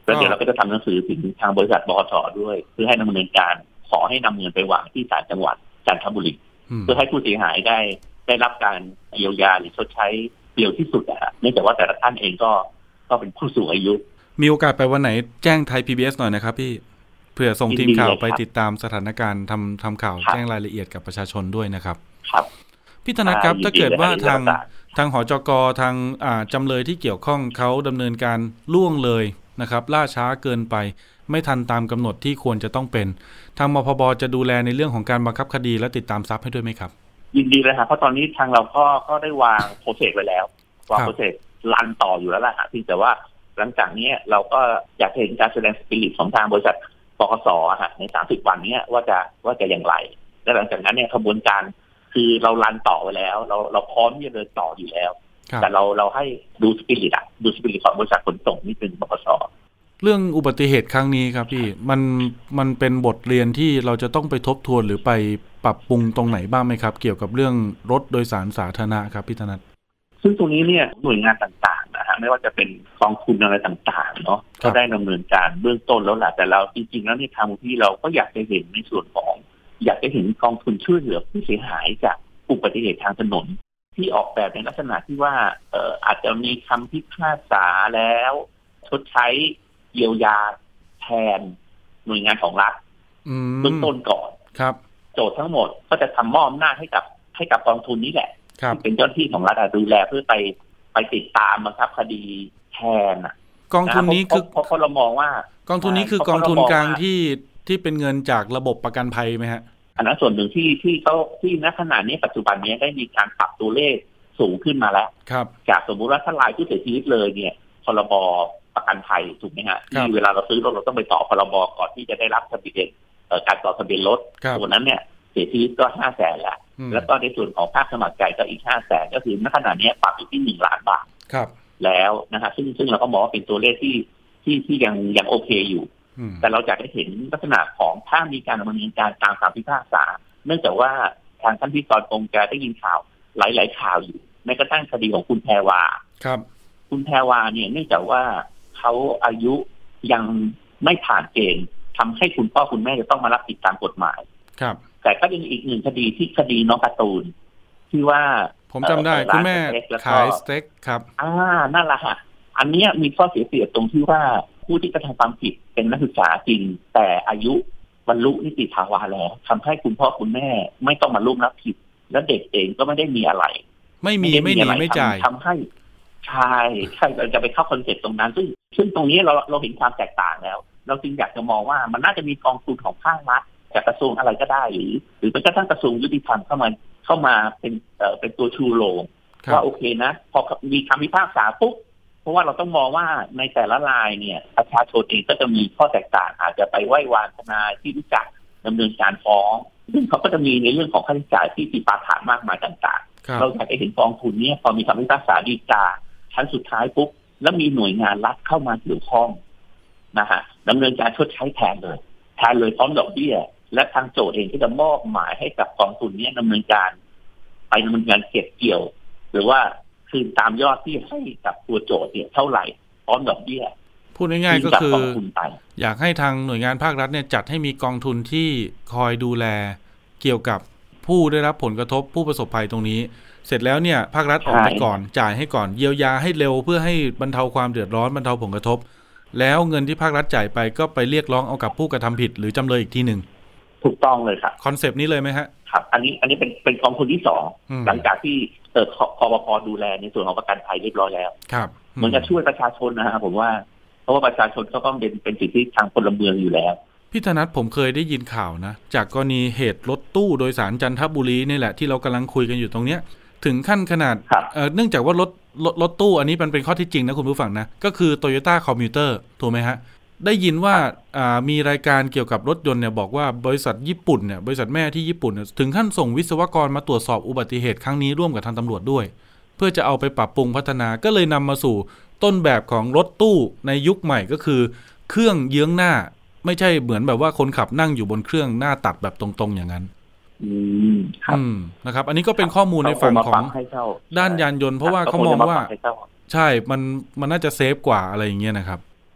แล้วเดี๋ยวเราก็จะทำหนังสือถึงทางบริษัทบขส.ด้วยเพื่อให้ดำเนินการขอให้นำเงินไปวางที่ศาลจังหวัดจันทบุรีเพื่อให้ผู้เสียหายได้รับการเยียวยาหรือชดใช้เร็วที่สุดเนื่องจากว่าแต่ละท่านเองก็เป็นผู้สูงอายุมีโอกาสไปวันไหนแจ้งไทย PBS หน่อยนะครับพี่เพื่อส่งทีมข่าวไปติดตามสถานการณ์ทำข่าวแจ้งรายละเอียดกับประชาชนด้วยนะครับครับพี่ธนัทครับถ้าเกิดว่าทางหจก.ทางจำเลยที่เกี่ยวข้องเขาดำเนินการล่วงเลยนะครับล่าช้าเกินไปไม่ทันตามกำหนดที่ควรจะต้องเป็นทางมพบ.จะดูแลในเรื่องของการบังคับคดีและติดตามทรัพย์ให้ด้วยไหมครับยินดีเลยครับเพราะตอนนี้ทางเราก็ได้วางโปรเซสไว้แล้ววางโปรเซสรันต่ออยู่แล้วล่ะเพียงแต่ว่าหลังจากนี้เราก็อยากเห็นการแสดงสปิริตของทางบริษัทบขส.ใน30 วันนี้ว่าจะอย่างไรและหลังจากนั้นเนี่ยกระบวนการคือเรารันต่อไว้แล้วเราพร้อมที่จะเดินต่ออยู่แล้วแต่เราให้ดูสปิริตของบริษัทขนส่งนี่เป็นบขส. เรื่องอุบัติเหตุครั้งนี้ครับพี่มันเป็นบทเรียนที่เราจะต้องไปทบทวนหรือไปปรับปรุงตรงไหนบ้างไหมครับเกี่ยวกับเรื่องรถโดยสารสาธารณะครับพี่ธนัทซึ่งตรงนี้เนี่ยหน่วยงานต่างๆนะฮะไม่ว่าจะเป็นกองทุนอะไรต่างๆเนาะก็ได้ดำเนินการเบื้องต้นแล้วแหละแต่เราจริงๆแล้วในทางที่เราก็อยากจะเห็นในส่วนของอยากจะเห็นกองทุนช่วยเหลือผู้เสียหายจากอุบัติเหตุทางถนนที่ออกแบบในลักษณะที่ว่าอาจจะมีคำพิพากษาแล้วชดใช้เยียวยาแทนหน่วยงานของรัฐเบื้องต้นก่อนครับโจทย์ทั้งหมดก็จะทำมอบอำนาจให้กับกองทุนนี้แหละเป็นเจ้าหน้าที่ของรัฐดูแลเพื่อไปติดตามบังคับคดีแทนกองทุนนี้คือเพราะเรามองว่ากองทุนนี้คือกองทุนกลางที่เป็นเงินจากระบบประกันภัยไหมฮะอันนั้นส่วนหนึ่งที่ณขณะนี้ปัจจุบันนี้ได้มีการปรับตัวเลขสูงขึ้นมาแล้วจากสมมุติว่าถ้ารายผู้เสียชีวิตเลยเนี่ยพรบประกันภัยถูกไหมฮะที่เวลาเราซื้อรถเราต้องไปต่อพรบก่อนที่จะได้รับทะเบียนการต่อทะเบียนรถส่วนนั้นเนี่ยเสียชีวิตก็500,000แล้วก็ในส่วนของภาคสมัครใจก็อีก500,000ก็คือณขณะนี้ปรับอยู่ที่1 ล้านบาทแล้วนะฮะซึ่งเราก็มองว่าเป็นตัวเลขที่ยังโอเคอยู่แต่เราจะได้เห็นลักษณะของถ้ามีการดำเนินการตามคำพิพากษาเนื่องจากว่าทางท่านพิกรคงจะได้ยินข่าวหลายข่าวอยู่ในกระทั่งคดีของคุณแพรวาคุณแพรวาเนี่ยเนื่องจากว่าเขาอายุยังไม่ผ่านเกณฑ์ทำให้คุณพ่อคุณแม่จะต้องมารับผิดตามกฎหมายแต่ก็ยังอีกหนึ่งคดีที่คดีน้องการ์ตูนที่ว่าผมจำได้คุณแม่ขายสเต็กครับนั่นแหละฮะอันนี้มีข้อเสียเปรียบตรงที่ว่าผู้ที่กระทำความผิดเป็นนักศึกษาจริงแต่อายุบรรลุนิติภาวะแล้วทำให้คุณพ่อคุณแม่ไม่ต้องมาร่วมรับผิดและเด็กเองก็ไม่ได้มีอะไรไม่หนีไม่จ่ายทำให้ใช่เราจะไปเข้าคอนเซ็ปต์ตรงนั้นซึ่งตรงนี้เราเห็นความแตกต่างแล้วเราจึงอยากจะมองว่ามันน่าจะมีกองทุนของภาครัฐจากกระทรวงอะไรก็ได้หรือแม้กระทั่งกระทรวงยุติธรรมเข้ามาเป็นตัวชูโรงว่าโอเคนะพอมีคำพิพากษาปุ๊บเพราะว่าเราต้องมองว่าในแต่ละรายเนี่ยประชาชนเองก็จะมีข้อแตกต่างอาจจะไปไหว้วานทนายที่รู้จักดำเนินการฟ้องซึ่งเขาก็จะมีในเรื่องของค่าใช้จ่ายที่ติดปาถามากมายต่างๆเราอยากจะเห็นกองทุนนี้พอมีคำพิพากษาฎีกาชั้นสุดท้ายปุ๊บแล้วมีหน่วยงานรัฐเข้ามาเกี่ยวข้องนะฮะดำเนินการชดใช้แทนเลยพร้อมดอกเบี้ยและทางโจทย์เองก็จะมอบหมายให้กับกองทุนนี้ดำเนินการเก็บเกี่ยวหรือว่าคืนตามยอดที่ให้กับตัวโจทย์เนี่ยเท่าไหร่พร้อมดอกเบี้ยพูดง่ายๆก็คืออยากให้ทางหน่วยงานภาครัฐเนี่ยจัดให้มีกองทุนที่คอยดูแลเกี่ยวกับผู้ได้รับผลกระทบผู้ประสบภัยตรงนี้เสร็จแล้วเนี่ยภาครัฐออกไปก่อนจ่ายให้ก่อนเยียวยาให้เร็วเพื่อให้บรรเทาความเดือดร้อนบรรเทาผลกระทบแล้วเงินที่ภาครัฐจ่ายไปก็ไปเรียกร้องเอากับผู้กระทำผิดหรือจำเลยอีกทีหนึ่งถูกต้องเลยครับคอนเซปต์นี้เลยไหมฮะครับอันนี้เป็นกองทุนที่2หลังจากที่คปภ.ดูแลในส่วนของประกันภัยเรียบร้อยแล้วครับมันจะช่วยประชาชนนะครับผมว่าเพราะว่าประชาชนก็ต้องเป็นสิทธิทางพลเมืองอยู่แล้วพี่ธนัทผมเคยได้ยินข่าวนะจากกรณีเหตุรถตู้โดยสารจันทบุรีนี่แหละที่เรากำลังคุยกันอยู่ตรงเนี้ยถึงขั้นขนาดเนื่องจากว่ารถตู้อันนี้มันเป็นข้อที่จริงนะคุณผู้ฟังนะก็คือ Toyota Commuter ถูกไหมฮะได้ยินว่ามีรายการเกี่ยวกับรถยนต์เนี่ยบอกว่าบริษัทญี่ปุ่นเนี่ยบริษัทแม่ที่ญี่ปุ่นถึงขั้นส่งวิศวกรมาตรวจสอบอุบัติเหตุครั้งนี้ร่วมกับทางตำรวจด้วยเพื่อจะเอาไปปรับปรุงพัฒนาก็เลยนำมาสู่ต้นแบบของรถตู้ในยุคใหม่ก็คือเครื่องเยื้องหน้าไม่ใช่เหมือนแบบว่าคนขับนั่งอยู่บนเครื่องหน้าตัดแบบตรงๆอย่างนั้นนะครับอันนี้ก็เป็นข้อมูลในฝั่งของด้านยานยนต์เพราะว่าเขามองว่าใช่มันน่าจะเซฟกว่าอะไรอย่างเงี้ยนะครับ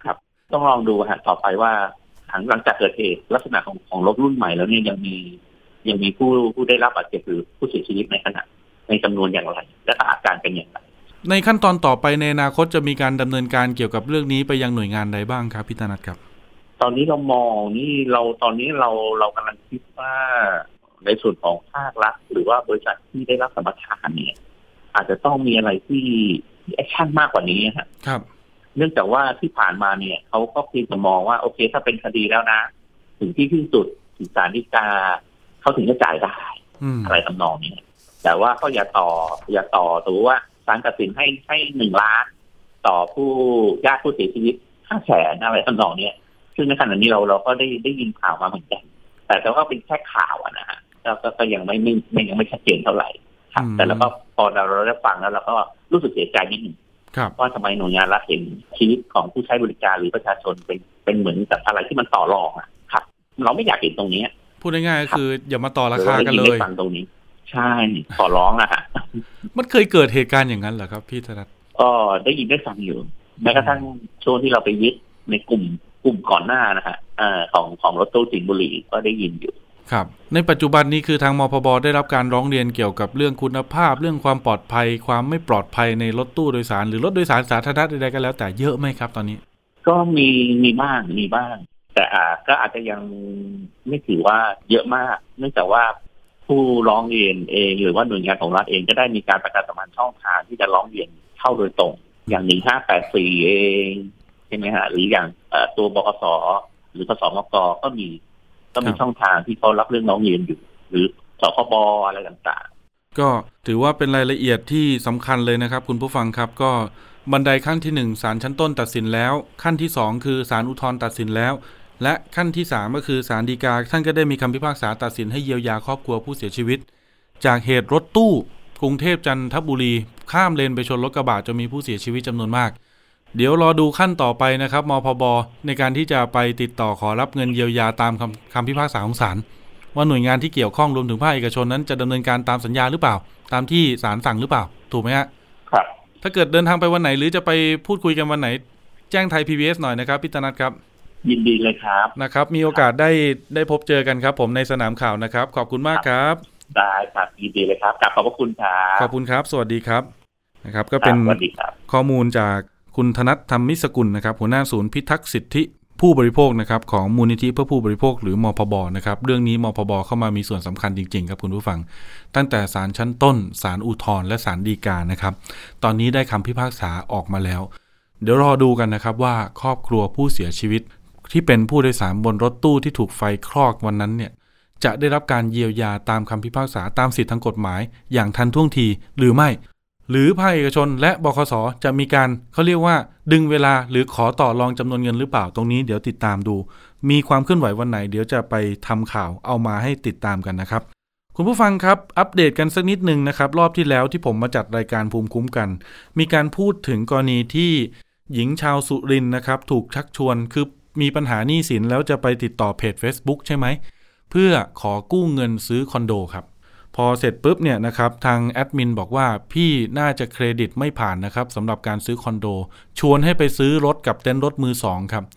ต้องลองดูต่อไปว่าหลังจากเกิดเหตุลักษณะของรถรุ่นใหม่แล้วเนี่ยยังมีผู้ได้รับบาดเจ็บหรือผู้เสียชีวิตในจำนวนอย่างไรและอาการเป็นอย่างไรในขั้นตอนต่อไปในอนาคตจะมีการดำเนินการเกี่ยวกับเรื่องนี้ไปยังหน่วยงานใดบ้างครับพี่ธนัทครับตอนนี้เรามองตอนนี้เรากำลังคิดว่าในส่วนของภาครัฐหรือว่าบริษัทที่ได้รับสัมปทานเนี่ยอาจจะต้องมีอะไรที่แอคชั่นมากกว่านี้ครับเนื่องจากว่าที่ผ่านมาเนี่ยเขาก็เพียงแต่มองว่าโอเคถ้าเป็นคดีแล้วนะถึงที่สิ้นสุดถึงศาลฎีกาเขาถึงจะจ่ายได้อะไรทำนองนี้แต่ว่าเขาอย่าต่อหรือว่าศาลตัดสินให้1 ล้านต่อผู้ญาติผู้เสียชีวิต500,000อะไรทำนองนี้ซึ่งในขณะนี้เราก็ได้ยินข่าวมาเหมือนกันแต่ว่าเป็นแค่ข่าวนะฮะก็ยังไม่ชัดเจนเท่าไหร่ครับแต่แล้วก็พอเราได้ฟังแล้วเราก็รู้สึกเสียใจนิดนึงว่าทำไมหน่วยงานรัฐเห็นชีวิตของผู้ใช้บริการหรือประชาชนเป็นเหมือนกับอะไรที่มันต่อรองครับเราไม่อยากเห็นตรงนี้พูดง่ายๆก็คืออย่ามาต่อราคากันเลยฟังตรงนี้ใช่ขอร้องนะฮะมันเคยเกิดเหตุการณ์อย่างนั้นเหรอครับพี่ธนัทได้ยินได้ฟังอยู่แม้กระทั่งช่วงที่เราไปยึดในกลุ่มก่อนหน้านะฮะของรถตู้สิงห์บุรีก็ได้ยินอยู่ครับในปัจจุบันนี้คือทางมพบได้รับการร้องเรียนเกี่ยวกับเรื่องคุณภาพเรื่องความปลอดภัยความไม่ปลอดภัยในรถตู้โดยสารหรือรถโดยสารสาธารณะใดๆก็แล้วแต่เยอะไหมครับตอนนี้ก็มีบ้างแต่ก็อาจจะยังไม่ถือว่าเยอะมากเนื่องจากว่าผู้ร้องเรียนเองหรือว่าหน่วยงานของรัฐเองก็ได้มีการประกาศสัมพันธ์ช่องทางที่จะร้องเรียนเข้าโดยตรงอย่าง1584เองใช่ไหมฮะหรืออย่างตัวบกสหรือปสมกก็มีช่องทางที่เขารับเรื่องร้องเรียนอยู่หรือสคบอะไรต่างๆก็ถือว่าเป็นรายละเอียดที่สำคัญเลยนะครับคุณผู้ฟังครับก็บันไดขั้นที่1ศาลชั้นต้นตัดสินแล้วขั้นที่2คือศาลอุทธรณ์ตัดสินแล้วและขั้นที่3ก็คือศาลฎีกาท่านก็ได้มีคำพิพากษาตัดสินให้เยียวยาครอบครัวผู้เสียชีวิตจากเหตุรถตู้กรุงเทพจันทบุรีข้ามเลนไปชนรถกระบะจนมีผู้เสียชีวิตจำนวนมากเดี๋ยวรอดูขั้นต่อไปนะครับมพบในการที่จะไปติดต่อขอรับเงินเยียวยาตามคำพิพากษาของศาลว่าหน่วยงานที่เกี่ยวข้องรวมถึงภาคเอกชนนั้นจะดำเนินการตามสัญญาหรือเปล่าตามที่ศาลสั่งหรือเปล่าถูกไหมฮะครับถ้าเกิดเดินทางไปวันไหนหรือจะไปพูดคุยกันวันไหนแจ้งไทย PBS หน่อยนะครับพี่ธนัทครับยินดีเลยครับนะครับมีโอกาสได้พบเจอกันครับผมในสนามข่าวนะครับขอบคุณมากครับได้ครับยินดีเลยครับขอบพระคุณครับขอบคุณครับสวัสดีครับนะครับก็เป็นข้อมูลจากคุณธนัท ธรรมิสกุลนะครับหัวหน้าศูนย์พิทักษ์สิทธิผู้บริโภคนะครับของมูลนิธิเพื่อผู้บริโภคหรือมพบนะครับเรื่องนี้มพบเข้ามามีส่วนสำคัญจริงๆครับคุณผู้ฟังตั้งแต่ศาลชั้นต้นศาลอุทธรณ์และศาลฎีกานะครับตอนนี้ได้คำพิพากษาออกมาแล้วเดี๋ยวรอดูกันนะครับว่าครอบครัวผู้เสียชีวิตที่เป็นผู้โดยสารบนรถตู้ที่ถูกไฟคลอกวันนั้นเนี่ยจะได้รับการเยียวยาตามคำพิพากษาตามสิทธิทางกฎหมายอย่างทันท่วงทีหรือไม่หรือภาคเอกชนและบขส.จะมีการเขาเรียกว่าดึงเวลาหรือขอต่อรองจำนวนเงินหรือเปล่าตรงนี้เดี๋ยวติดตามดูมีความเคลื่อนไหววันไหนเดี๋ยวจะไปทำข่าวเอามาให้ติดตามกันนะครับคุณผู้ฟังครับอัปเดตกันสักนิดนึงนะครับรอบที่แล้วที่ผมมาจัดรายการภูมิคุ้มกันมีการพูดถึงกรณีที่หญิงชาวสุรินทร์นะครับถูกชักชวนคือมีปัญหาหนี้สินแล้วจะไปติดต่อเพจ Facebook ใช่ไหมเพื่อขอกู้เงินซื้อคอนโดครับพอเสร็จปุ๊บเนี่ยนะครับทางแอดมินบอกว่าพี่น่าจะเครดิตไม่ผ่านนะครับสำหรับการซื้อคอนโดชวนให้ไปซื้อรถกับเต็นท์รถมือ2ครับ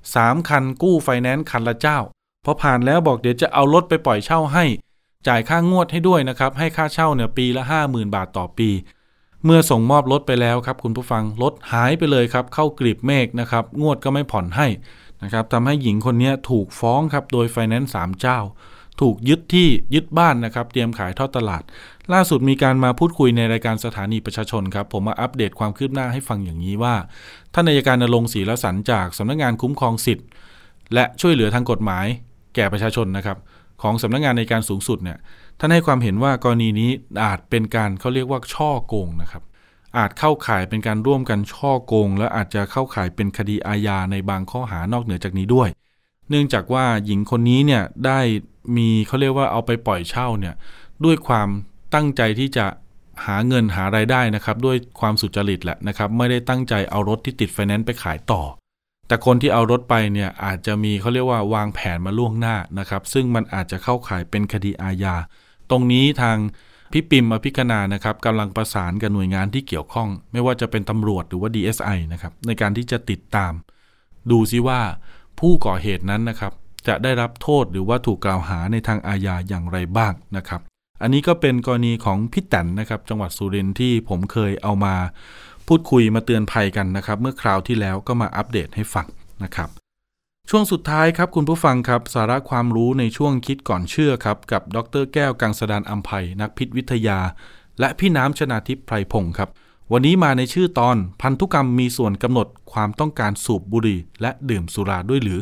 3คันกู้ไฟแนนซ์คันละเจ้าพอผ่านแล้วบอกเดี๋ยวจะเอารถไปปล่อยเช่าให้จ่ายค่างวดให้ด้วยนะครับให้ค่าเช่าเนี่ยปีละ 50,000 บาทต่อปีเมื่อส่งมอบรถไปแล้วครับคุณผู้ฟังรถหายไปเลยครับเข้ากลีบเมฆนะครับงวดก็ไม่ผ่อนให้นะครับทำให้หญิงคนนี้ถูกฟ้องครับโดยไฟแนนซ์3เจ้าถูกยึดบ้านนะครับเตรียมขายทอดตลาดล่าสุดมีการมาพูดคุยในรายการสถานีประชาชนครับผมมาอัปเดตความคืบหน้าให้ฟังอย่างนี้ว่าท่านอัยการณรงค์ ศรีละสันจากสำนักงานคุ้มครองสิทธิ์และช่วยเหลือทางกฎหมายแก่ประชาชนนะครับของสำนักงานอัยการสูงสุดเนี่ยท่านให้ความเห็นว่ากรณีนี้อาจเป็นการเขาเรียกว่าช่อโกงนะครับอาจเข้าข่ายเป็นการร่วมกันช่อโกงและอาจจะเข้าข่ายเป็นคดีอาญาในบางข้อหานอกเหนือจากนี้ด้วยเนื่องจากว่าหญิงคนนี้เนี่ยได้มีเขาเรียกว่าเอาไปปล่อยเช่าเนี่ยด้วยความตั้งใจที่จะหาเงินหารายได้นะครับด้วยความสุจริตแหละนะครับไม่ได้ตั้งใจเอารถที่ติดไฟแนนซ์ไปขายต่อแต่คนที่เอารถไปเนี่ยอาจจะมีเขาเรียกว่าวางแผนมาล่วงหน้านะครับซึ่งมันอาจจะเข้าข่ายเป็นคดีอาญาตรงนี้ทางพี่ปิ่มอภิคณานะครับกำลังประสานกับหน่วยงานที่เกี่ยวข้องไม่ว่าจะเป็นตำรวจหรือว่า DSI นะครับในการที่จะติดตามดูซิว่าผู้ก่อเหตุนั้นนะครับจะได้รับโทษหรือว่าถูกกล่าวหาในทางอาญาอย่างไรบ้างนะครับอันนี้ก็เป็นกรณีของพี่แตนนะครับจังหวัดสุรินทร์ที่ผมเคยเอามาพูดคุยมาเตือนภัยกันนะครับเมื่อคราวที่แล้วก็มาอัปเดตให้ฟังนะครับช่วงสุดท้ายครับคุณผู้ฟังครับสาระความรู้ในช่วงคิดก่อนเชื่อครับกับดร.แก้วกังสดาลอำไพนักพิษวิทยาและพี่น้ำชนาทิพย์ไพรพงศ์ครับวันนี้มาในชื่อตอนพันธุกรรมมีส่วนกำหนดความต้องการสูบบุหรี่และดื่มสุราด้วยหรือ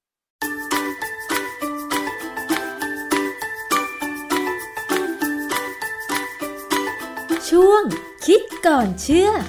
ช่วงคิดก่อนเชื่อ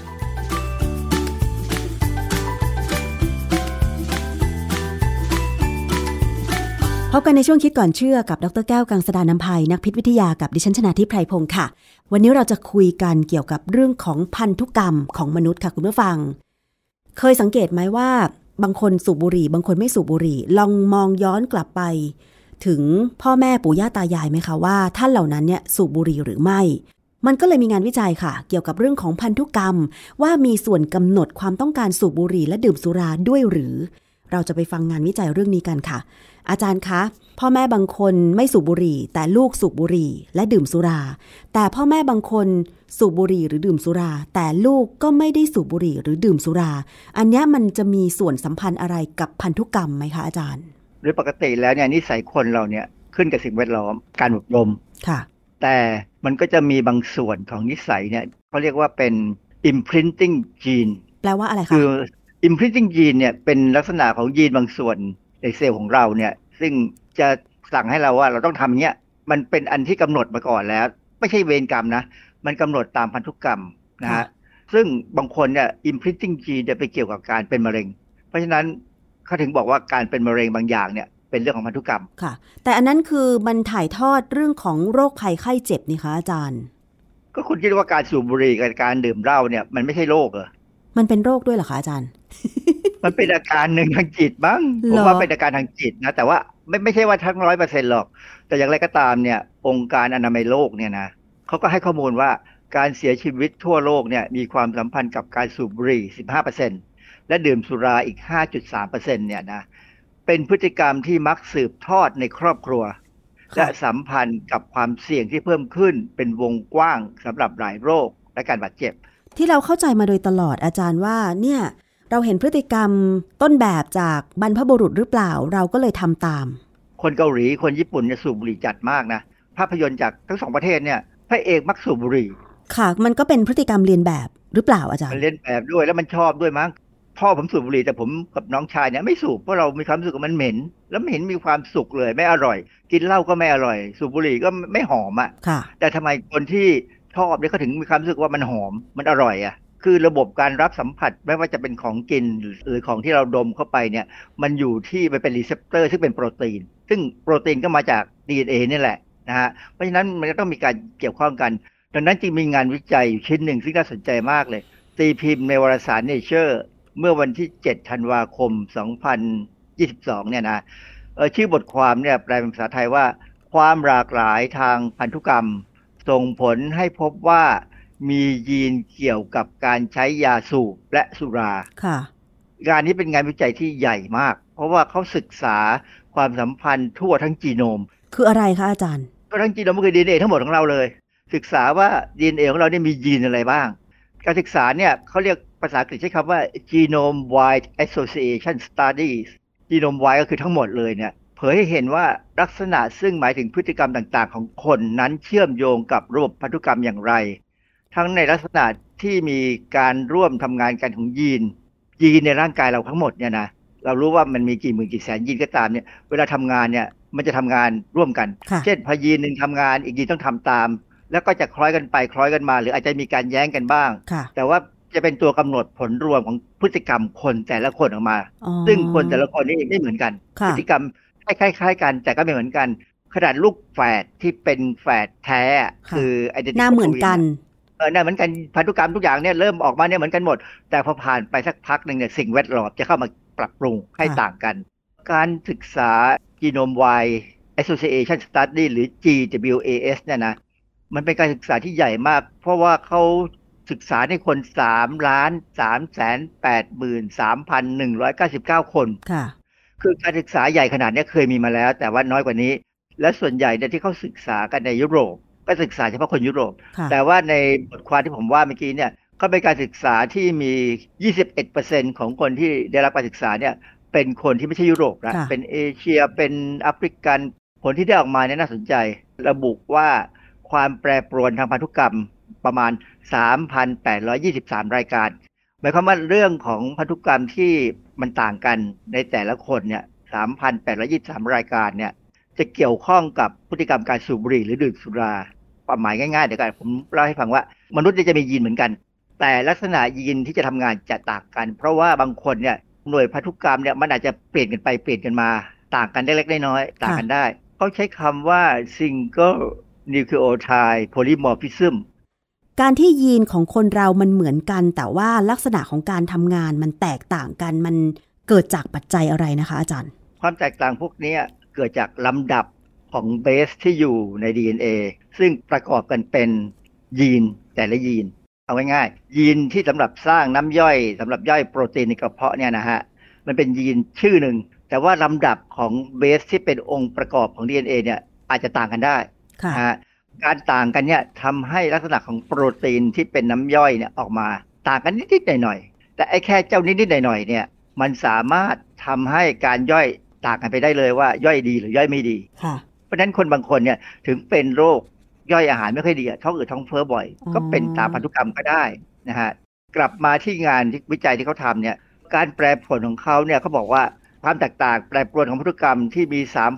พบกันในช่วงคิดก่อนเชื่อกับดร.แก้วกังสดาลอำไพนักพิษวิทยากับดิฉันชนาทิพย์ไพรพงศ์ค่ะวันนี้เราจะคุยกันเกี่ยวกับเรื่องของพันธุกรรมของมนุษย์ค่ะคุณผู้ฟังเคยสังเกตไหมว่าบางคนสูบบุหรี่บางคนไม่สูบบุหรี่ลองมองย้อนกลับไปถึงพ่อแม่ปู่ย่าตายายไหมคะว่าท่านเหล่านั้นเนี่ยสูบบุหรี่หรือไม่มันก็เลยมีงานวิจัยค่ะเกี่ยวกับเรื่องของพันธุกรรมว่ามีส่วนกำหนดความต้องการสูบบุหรี่และดื่มสุราด้วยหรือเราจะไปฟังงานวิจัยเรื่องนี้กันค่ะอาจารย์คะพ่อแม่บางคนไม่สูบบุหรี่แต่ลูกสูบบุหรี่และดื่มสุราแต่พ่อแม่บางคนสูบบุหรี่หรือดื่มสุราแต่ลูกก็ไม่ได้สูบบุหรี่หรือดื่มสุราอันนี้มันจะมีส่วนสัมพันธ์อะไรกับพันธุกรรมไหมคะอาจารย์โดยปกติแล้วเนี่ยนิสัยคนเราเนี่ยขึ้นกับสิ่งแวดล้อมการอบรมค่ะแต่มันก็จะมีบางส่วนของนิสัยเนี่ยเขาเรียกว่าเป็น imprinting gene แปลว่าอะไรคะคือ imprinting gene เนี่ยเป็นลักษณะของยีนบางส่วนในเซลล์ของเราเนี่ยซึ่งจะสั่งให้เราว่าเราต้องทำอย่างเงี้ยมันเป็นอันที่กำหนดมาก่อนแล้วไม่ใช่เวรกรรมนะมันกำหนดตามพันธุกรรมนะฮะซึ่งบางคนเนี่ย imprinting gene จะไปเกี่ยวกับการเป็นมะเร็งเพราะฉะนั้นเขาถึงบอกว่าการเป็นมะเร็งบางอย่างเนี่ยเป็นเรื่องของพันธุกรรมค่ะแต่อันนั้นคือมันถ่ายทอดเรื่องของโรคภัยไข้เจ็บนี่คะอาจารย์ก็คุณคิดว่าการสูบบุหรี่กับการดื่มเหล้าเนี่ยมันไม่ใช่โรคเหรอมันเป็นโรคด้วยเหรอคะอาจารย์มันเป็นอาการหนึ่งทางจิตบ้างผมว่าเป็นอาการทางจิตนะแต่ว่าไม่ใช่ว่าทั้ง 100% หรอกแต่อย่างไรก็ตามเนี่ยองค์การอนามัยโลกเนี่ยนะเขาก็ให้ข้อมูลว่าการเสียชีวิตทั่วโลกเนี่ยมีความสัมพันธ์กับการสูบบุหรี่ 15% และดื่มสุราอีก 5.3% เนี่ยนะเป็นพฤติกรรมที่มักสืบทอดในครอบครัวและสัมพันธ์กับความเสี่ยงที่เพิ่มขึ้นเป็นวงกว้างสำหรับหลายโรคและการบาดเจ็บที่เราเข้าใจมาโดยตลอดอาจารย์ว่าเนี่ยเราเห็นพฤติกรรมต้นแบบจากบรรพบุรุษหรือเปล่าเราก็เลยทำตามคนเกาหลีคนญี่ปุ่นจะสูบบุหรี่จัดมากนะภาพยนตร์จากทั้งสองประเทศเนี่ยพระเอกมักสูบบุหรี่ค่ะมันก็เป็นพฤติกรรมเลียนแบบหรือเปล่าอาจารย์มันเลียนแบบด้วยแล้วมันชอบด้วยมั้งพ่อผมสูบบุหรี่แต่ผมกับน้องชายเนี่ยไม่สูบเพราะเรามีความรู้สึกว่ามันเหม็นแล้วไม่เห็นมีความสุขเลยไม่อร่อยกินเหล้าก็ไม่อร่อยสูบบุหรี่ก็ไม่หอมค่ะแต่ทำไมคนที่ชอบเนี่ยเขาถึงมีความรู้สึกว่ามันหอมมันอร่อยคือระบบการรับสัมผัสไม่ว่าจะเป็นของกินหรือของที่เราดมเข้าไปเนี่ยมันอยู่ที่มันเป็นรีเซปเตอร์ซึ่งเป็นโปรตีนซึ่งโปรตีนก็มาจาก DNA นี่แหละนะฮะเพราะฉะนั้นมันก็ต้องมีการเกี่ยวข้องกันดังนั้นจึงมีงานวิจัยอยู่ชิ้นหนึ่งซึ่งน่าสนใจมากเลยตีพิมพ์ในวารสาร Nature เมื่อวันที่7 ธันวาคม 2022เนี่ยนะชื่อบทความเนี่ยแปลเป็นภาษาไทยว่าความหลากหลายทางพันธุกรรมส่งผลให้พบว่ามียีนเกี่ยวกับการใช้ยาสูบและสุราค่ะงานนี้เป็นงานวิจัยที่ใหญ่มากเพราะว่าเขาศึกษาความสัมพันธ์ทั่วทั้งจีโนมคืออะไรคะอาจารย์ก็ทั้งจีโนมก็คือ DNA ทั้งหมดของเราเลยศึกษาว่า DNA ของเราเนี่ยมียีนอะไรบ้างการศึกษาเนี่ยเขาเรียกภาษาอังกฤษใช้คำว่า Genome Wide Association Studies Genome Wide ก็คือทั้งหมดเลยเนี่ยเผยให้เห็นว่าลักษณะซึ่งหมายถึงพฤติกรรมต่างๆของคนนั้นเชื่อมโยงกับระบบพันธุกรรมอย่างไรทั้งในลักษณะที่มีการร่วมทำงานกันของยีนในร่างกายเราทั้งหมดเนี่ยนะเรารู้ว่ามันมีกี่หมื่นกี่แสนยีนก็ตามเนี่ยเวลาทำงานเนี่ยมันจะทำงานร่วมกันเช่นพอยีนหนึ่งทำงานอีกยีนต้องทำตามแล้วก็จะคล้อยกันไปคล้อยกันมาหรืออาจจะมีการแย้งกันบ้างแต่ว่าจะเป็นตัวกำหนดผลรวมของพฤติกรรมคนแต่ละคนออกมาซึ่งคนแต่ละคนนี่ไม่เหมือนกันพฤติกรรมคล้ายๆกันแต่ก็ไม่เหมือนกันขนาดลูกแฝดที่เป็นแฝดแท้คือหน้าเหมือนกันน่าเหมือนกันพันธุกรรมทุกอย่างเนี่ยเริ่มออกมาเนี่ยเหมือนกันหมดแต่พอผ่านไปสักพักนึงเนี่ยสิ่งแวดล้อมจะเข้ามาปรับปรุงให้ต่างกันการศึกษา Genome Wide Association Study หรือ GWAS เนี่ยนะมันเป็นการศึกษาที่ใหญ่มากเพราะว่าเขาศึกษาในคน 3,383,199 คนค่ะคือการศึกษาใหญ่ขนาดนี้เคยมีมาแล้วแต่ว่าน้อยกว่านี้และส่วนใหญ่เนี่ยที่เขาศึกษากันในยุโรปก็ศึกษาเฉพาะคนยุโรปแต่ว่าในบทความที่ผมว่าเมื่อกี้เนี่ยก็เป็นการศึกษาที่มี 21% ของคนที่ได้รับการศึกษาเนี่ยเป็นคนที่ไม่ใช่ยุโรปนะเป็นเอเชียเป็นแอฟริกันผลที่ได้ออกมาเนี่ยน่าสนใจระบุว่าความแปรปรวนทางพันธุกรรมประมาณ 3,823 รายการหมายความว่าเรื่องของพันธุกรรมที่มันต่างกันในแต่ละคนเนี่ย 3,823 รายการเนี่ยจะเกี่ยวข้องกับพฤติกรรมการสูบบุหรี่หรือดื่มสุราความหมายง่ายๆเดี๋ยวกันผมเล่าให้ฟังว่ามนุษย์จะมียีนเหมือนกันแต่ลักษณะยีนที่จะทำงานจะต่างกันเพราะว่าบางคนเนี่ยหน่วยพันธุกรรมเนี่ยมันอาจจะเปลี่ยนกันไปเปลี่ยนกันมาต่างกันได้เล็กน้อยต่างกันได้เขาใช้คำว่า single nucleotide polymorphism การที่ยีนของคนเรามันเหมือนกันแต่ว่าลักษณะของการทำงานมันแตกต่างกันมันเกิดจากปัจจัยอะไรนะคะอาจารย์ความแตกต่างพวกนี้เกิดจากลำดับของเบสที่อยู่ใน DNA ซึ่งประกอบกันเป็นยีนแต่ละยีนเอาง่ายๆยีนที่สำหรับสร้างน้ำย่อยสำหรับย่อยโปรตีนในกระเพาะเนี่ยนะฮะมันเป็นยีนชื่อหนึ่งแต่ว่าลำดับของเบสที่เป็นองค์ประกอบของ DNA เนี่ยอาจจะต่างกันได้การต่างกันเนี่ยทำให้ลักษณะของโปรตีนที่เป็นน้ำย่อยเนี่ยออกมาต่างกันนิดๆหน่อยๆแต่ไอ้แค่เจ้านิดๆหน่อยๆเนี่ยมันสามารถทำให้การย่อยต่างกันไปได้เลยว่าย่อยดีหรือย่อยไม่ดีเพราะฉะนั้นคนบางคนเนี่ยถึงเป็นโรคย่อยอาหารไม่ค่อยดีท้องอืดท้องเฟ้อบ่อยก็เป็นตามพันธุกรรมก็ได้นะฮะกลับมาที่งานวิจัยที่เขาทำเนี่ยการแปรผลของเขาเนี่ยเขาบอกว่าความแตกต่างแปรปรวนของพันธุกรรมที่มี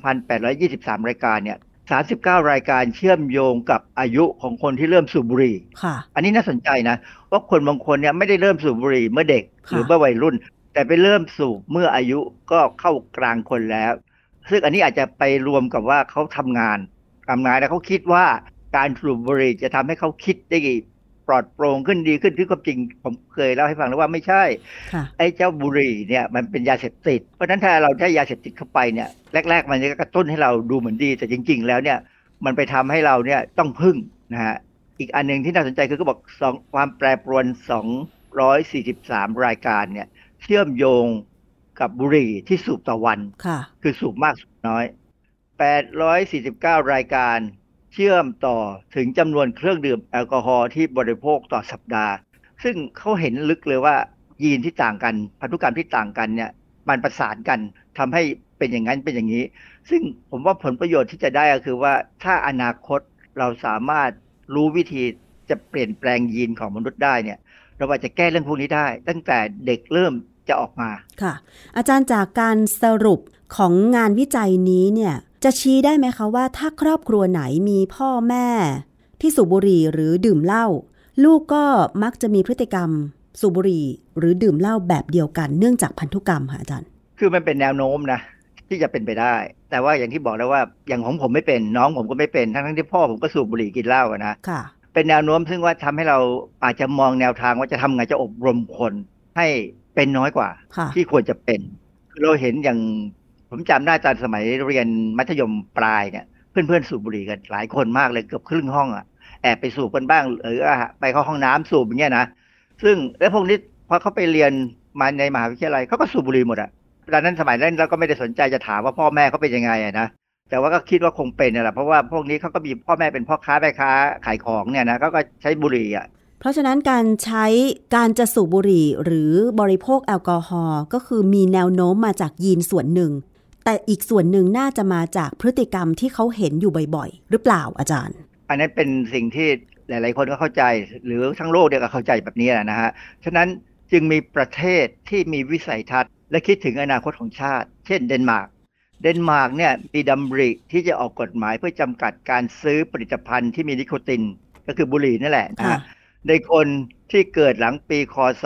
3,823 รายการเนี่ย39 รายการเชื่อมโยงกับอายุของคนที่เริ่มสูบบุหรี่อันนี้น่าสนใจนะว่าคนบางคนเนี่ยไม่ได้เริ่มสูบบุหรี่เมื่อเด็กหรือเมื่อวัยรุ่นแต่ไปเริ่มสูบเมื่ออายุก็เข้ากลางคนแล้วซึ่งอันนี้อาจจะไปรวมกับว่าเขาทำงานแล้วเขาคิดว่าการสูบบุหรี่จะทำให้เขาคิดได้ปลอดโปร่งขึ้นดีขึ้นที่ความจริงผมเคยเล่าให้ฟังแล้วว่าไม่ใช่ไอ้เจ้าบุหรี่เนี่ยมันเป็นยาเสพติดเพราะฉะนั้นถ้าเราได้ยาเสพติดเข้าไปเนี่ยแรกๆมันจะกระตุ้นให้เราดูเหมือนดีแต่จริงๆแล้วเนี่ยมันไปทำให้เราเนี่ยต้องพึ่งนะฮะอีกอันนึงที่น่าสนใจคือเขาบอกความแปรปรวน243รายการเนี่ยเชื่อมโยงกับบุหรี่ที่สูบต่อวันคือสูบมากสูบน้อย849รายการเชื่อมต่อถึงจำนวนเครื่องดื่มแอลกอฮอล์ที่บริโภคต่อสัปดาห์ซึ่งเขาเห็นลึกเลยว่ายีนที่ต่างกันพันธุกรรมที่ต่างกันเนี่ยมันประสานกันทำให้เป็นอย่างนั้นเป็นอย่างนี้ซึ่งผมว่าผลประโยชน์ที่จะได้ก็คือว่าถ้าอนาคตเราสามารถรู้วิธีจะเปลี่ยนแปลงยีนของมนุษย์ได้เนี่ยเราอาจจะแก้เรื่องพวกนี้ได้ตั้งแต่เด็กเริ่มจะออกมาค่ะอาจารย์จากการสรุปของงานวิจัยนี้เนี่ยจะชี้ได้ไหมคะว่าถ้าครอบครัวไหนมีพ่อแม่ที่สูบบุหรี่หรือดื่มเหล้าลูกก็มักจะมีพฤติกรรมสูบบุหรี่หรือดื่มเหล้าแบบเดียวกันเนื่องจากพันธุกรรมค่ะอาจารย์คือมันเป็นแนวโน้มนะที่จะเป็นไปได้แต่ว่าอย่างที่บอกแล้วว่าอย่างของผมไม่เป็นน้องผมก็ไม่เป็นทั้งที่พ่อผมก็สูบบุหรี่กินเหล้านะค่ะเป็นแนวโน้มซึ่งว่าทำให้เราอาจจะมองแนวทางว่าจะทำไงจะอบรมคนให้เป็นน้อยกว่าที่ควรจะเป็นเราเห็นอย่างผมจำได้ตอนสมัยเรียนมัธยมปลายเนี่ยเพื่อนๆสูบบุหรี่กันหลายคนมากเลยเกือบครึ่งห้องแอบไปสูบกันบ้างไปเข้าห้องน้ำสูบอย่างเงี้ยนะซึ่งแล้วพวกนี้พอเขาไปเรียนมาในมหาวิทยาลัยเขาก็สูบบุหรี่หมดตอนนั้นสมัยนั้นเราก็ไม่ได้สนใจจะถามว่าพ่อแม่เขาเป็นยังไงนะแต่ว่าก็คิดว่าคงเป็นแหละเพราะว่าพวกนี้เขาก็มีพ่อแม่เป็นพ่อค้าแม่ค้าขายของเนี่ยนะเขาก็ใช้บุหรี่เพราะฉะนั้นการจะสูบบุหรี่หรือบริโภคแอลกอฮอล์ก็คือมีแนวโน้มมาจากยีนส่วนหนึ่งแต่อีกส่วนหนึ่งน่าจะมาจากพฤติกรรมที่เขาเห็นอยู่บ่อยๆหรือเปล่าอาจารย์อันนั้นเป็นสิ่งที่หลายๆคนก็เข้าใจหรือทั้งโลกก็เข้าใจแบบนี้แหละนะฮะฉะนั้นจึงมีประเทศที่มีวิสัยทัศน์และคิดถึงอนาคตของชาติเช่นเดนมาร์กเนี่ยมีดำริที่จะออกกฎหมายเพื่อจำกัดการซื้อผลิตภัณฑ์ที่มีนิโคตินก็คือบุหรี่นั่นแหละนะฮะในคนที่เกิดหลังปีคศ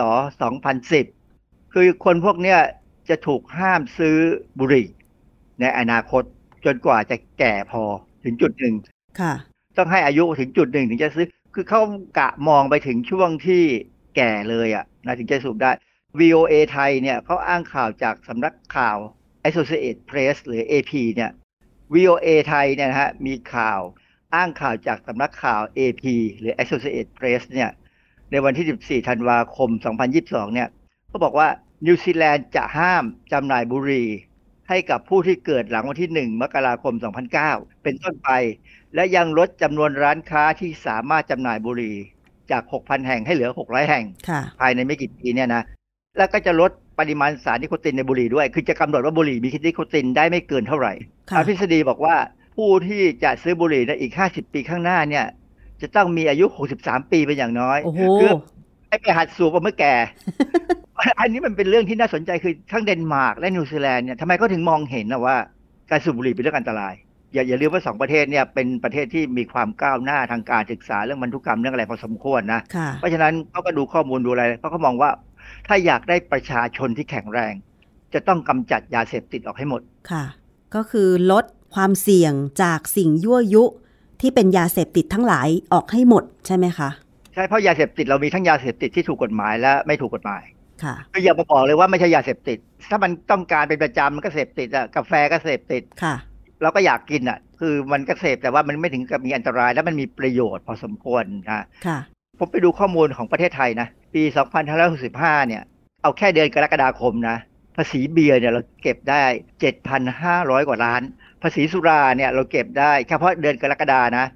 2010คือคนพวกเนี้ยจะถูกห้ามซื้อบุหรี่ในอนาคตจนกว่าจะแก่พอถึงจุดหนึ่งต้องให้อายุถึงจุดหนึ่งถึงจะซื้อคือเขากะมองไปถึงช่วงที่แก่เลยนะถึงจะสูบได้ VOA ไทยเนี่ยเขาอ้างข่าวจากสำนักข่าว Associated Press หรือ AP เนี่ย VOA ไทยเนี่ยนะฮะมีข่าวอ้างข่าวจากสำนักข่าว AP หรือ Associated Press เนี่ยในในวันที่14ธันวาคม2022เนี่ยเขาบอกว่านิวซีแลนด์จะห้ามจำหน่ายบุหรี่ให้กับผู้ที่เกิดหลังวันที่1มกราคม2009เป็นต้นไปและยังลดจำนวนร้านค้าที่สามารถจำหน่ายบุหรี่จาก 6,000 แห่งให้เหลือ600แห่งภายในไม่กี่ปีเนี่ยนะแล้วก็จะลดปริมาณสารนิโคตินในบุหรี่ด้วยคือจะกำหนดว่าบุหรี่มีนิโคตินได้ไม่เกินเท่าไหร่ทฤษฎีบอกว่าผู้ที่จะซื้อบุหรี่ในอีก50ปีข้างหน้าเนี่ยจะต้องมีอายุ63ปีเป็นอย่างน้อยคือให้ไปหัดสูบเมื่อแก่ อันนี้มันเป็นเรื่องที่น่าสนใจคือทั้งเดนมาร์กและนิวซีแลนด์เนี่ยทำไมเขาถึงมองเห็นนะว่าการสูบบุหรี่เป็นเรื่องอันตรายอย่าลืมว่า2ประเทศเนี่ยเป็นประเทศที่มีความก้าวหน้าทางการศึกษาเรื่องพันธุกรรมเรื่องอะไรพอสมควรนะเพราะฉะนั้นเขาก็ดูข้อมูลดูอะไรเพราะเขามองว่าถ้าอยากได้ประชาชนที่แข็งแรงจะต้องกำจัดยาเสพติดออกให้หมดค่ะก็คือลดความเสี่ยงจากสิ่งยั่วยุที่เป็นยาเสพติดทั้งหลายออกให้หมดใช่ไหมคะใช่เพราะยาเสพติดเรามีทั้งยาเสพติดที่ถูกกฎหมายและไม่ถูกกฎหมายค่ะก็อย่ามาบอกเลยว่าไม่ใช่ยาเสพติดถ้ามันต้องการเป็นประจำมันก็เสพติดอะกาแฟก็เสพติดค่ะเราก็อยากกินอะคือมันก็เสพแต่ว่ามันไม่ถึงกับมีอันตรายและมันมีประโยชน์พอสมควรค่ะผมไปดูข้อมูลของประเทศไทยนะปี2565เนี่ยเอาแค่เดือนกรกฎาคมนะภาษีเบียร์เนี่ยเราเก็บได้ 7,500 กว่าล้านภาษีสุราเนี่ยเราเก็บได้เฉพาะเดือนกรกฎานะ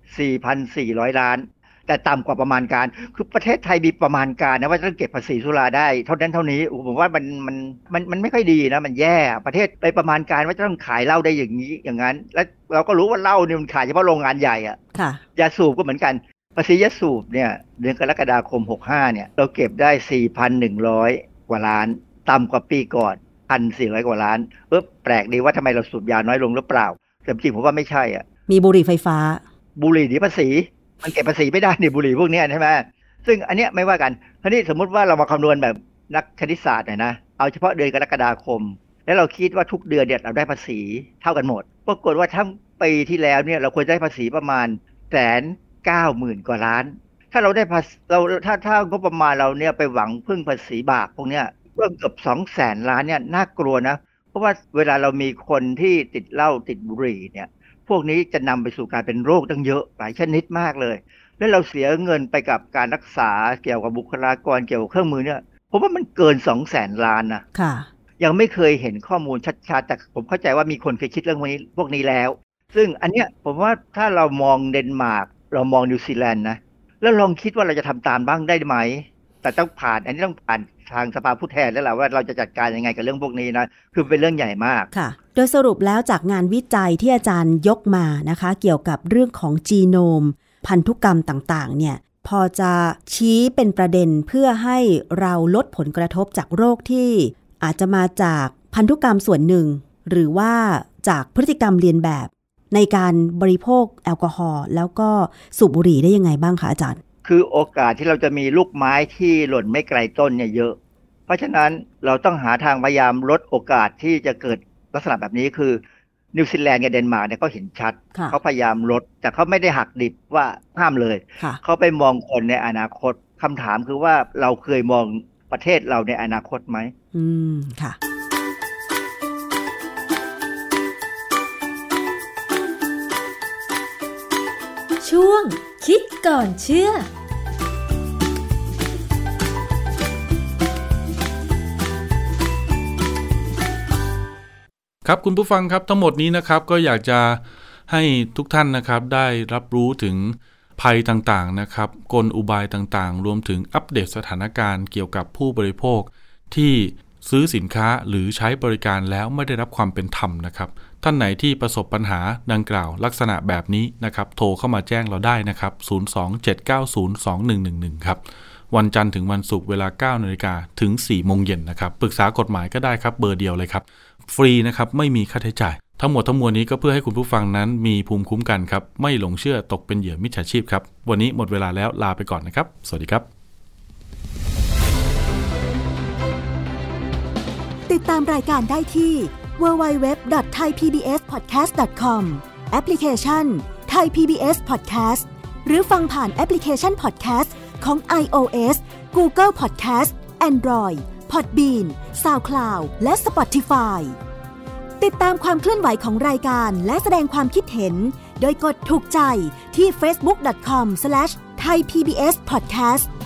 4,400 ล้านแต่ต่ำกว่าประมาณการคือประเทศไทยมีประมาณการนะว่าต้องเก็บภาษีสุราได้เท่านั้นเท่านี้ผมว่ามันไม่ค่อยดีนะมันแย่ประเทศไปประมาณการว่าจะต้องขายเหล้าได้อย่างนี้อย่างนั้นแล้วเราก็รู้ว่าเหล้าเนี่ยมันขายเฉพาะโรงงานใหญ่อะยาสูบก็เหมือนกันภาษียาสูบเนี่ยเดือนกรกฎาคม65เนี่ยเราเก็บได้ 4,100 กว่าล้านต่ำกว่าปีก่อน 1,400 กว่าล้านแปลกดีว่าทำไมเราสูบยาน้อยลงหรือเปล่าแต่จริงผมว่าไม่ใช่อ่ะมีบุหรี่ไฟฟ้าบุหรี่หนีภาษีมันเก็บภาษีไม่ได้ในบุหรี่พวกนี้ใช่ไหมซึ่งอันเนี้ยไม่ว่ากันทีนี้สมมุติว่าเรามาคำนวณแบบนักคณิตศาสตร์หน่อยนะเอาเฉพาะเดือนกรกฎาคมแล้วเราคิดว่าทุกเดือนเนี่ยเราได้ภาษีเท่ากันหมดปรากฏว่าทั้งปีที่แล้วเนี่ยเราควรได้ภาษีประมาณ 190,000 กว่าล้านถ้าเราได้เราถ้างบประมาณเราเนี่ยไปหวังพึ่งภาษีบาปพวกเนี้ยเพิ่มเกือบ 200,000 ล้านเนี่ยน่ากลัวนะเพราะว่าเวลาเรามีคนที่ติดเหล้าติดบุหรี่เนี่ยพวกนี้จะนำไปสู่การเป็นโรคตั้งเยอะหลายชนิดมากเลยแล้วเราเสียเงินไปกับการรักษาเกี่ยวกับบุคลากรเกี่ยวกับเครื่องมือเนี่ยผมว่ามันเกิน 200,000 ล้านนะค่ะยังไม่เคยเห็นข้อมูลชัดๆแต่ผมเข้าใจว่ามีคนเคยคิดเรื่องพวกนี้แล้วซึ่งอันเนี้ยผมว่าถ้าเรามองเดนมาร์กเรามองนิวซีแลนด์นะแล้วลองคิดว่าเราจะทำตามบ้างได้ไหมแต่ต้องผ่านอันนี้ต้องผ่านทางสภาผู้แทนแล้วล่ะว่าเราจะจัดการยังไงกับเรื่องพวกนี้นะคือเป็นเรื่องใหญ่มากค่ะโดยสรุปแล้วจากงานวิจัยที่อาจารย์ยกมานะคะเกี่ยวกับเรื่องของจีโนมพันธุกรรมต่างๆเนี่ยพอจะชี้เป็นประเด็นเพื่อให้เราลดผลกระทบจากโรคที่อาจจะมาจากพันธุกรรมส่วนหนึ่งหรือว่าจากพฤติกรรมเลียนแบบในการบริโภคแอลกอฮอล์แล้วก็สูบบุหรี่ได้ยังไงบ้างคะอาจารย์คือโอกาสที่เราจะมีลูกไม้ที่หล่นไม่ไกลต้นเนี่ยเยอะเพราะฉะนั้นเราต้องหาทางพยายามลดโอกาสที่จะเกิดลักษณะแบบนี้คือนิวซีแลนด์กับเดนมาร์กเนี่ยก็เห็นชัดเขาพยายามลดแต่เขาไม่ได้หักดิบว่าห้ามเลยเขาไปมองคนในอนาคตคำถามคือว่าเราเคยมองประเทศเราในอนาคตไหมค่ะช่วงคิดก่อนเชื่อครับคุณผู้ฟังครับทั้งหมดนี้นะครับก็อยากจะให้ทุกท่านนะครับได้รับรู้ถึงภัยต่างๆนะครับกลอุบายต่างๆรวมถึงอัปเดตสถานการณ์เกี่ยวกับผู้บริโภคที่ซื้อสินค้าหรือใช้บริการแล้วไม่ได้รับความเป็นธรรมนะครับท่านไหนที่ประสบปัญหาดังกล่าวลักษณะแบบนี้นะครับโทรเข้ามาแจ้งเราได้นะครับ027902111ครับวันจันทร์ถึงวันศุกร์เวลา 9:00 นถึง 4:00 นนะครับปรึกษากฎหมายก็ได้ครับเบอร์เดียวเลยครับฟรีนะครับไม่มีค่าใช้จ่ายทั้งหมดทั้งมวลนี้ก็เพื่อให้คุณผู้ฟังนั้นมีภูมิคุ้มกันครับไม่หลงเชื่อตกเป็นเหยื่อมิจฉาชีพครับวันนี้หมดเวลาแล้วลาไปก่อนนะครับสวัสดีครับติดตามรายการได้ที่ www.thaipbspodcast.com แอปพลิเคชัน Thai PBS Podcast หรือฟังผ่านแอปพลิเคชัน Podcast ของ iOS Google Podcast Android Podbean SoundCloud และ Spotify ติดตามความเคลื่อนไหวของรายการและแสดงความคิดเห็นโดยกดถูกใจที่ facebook.com/thaipbspodcast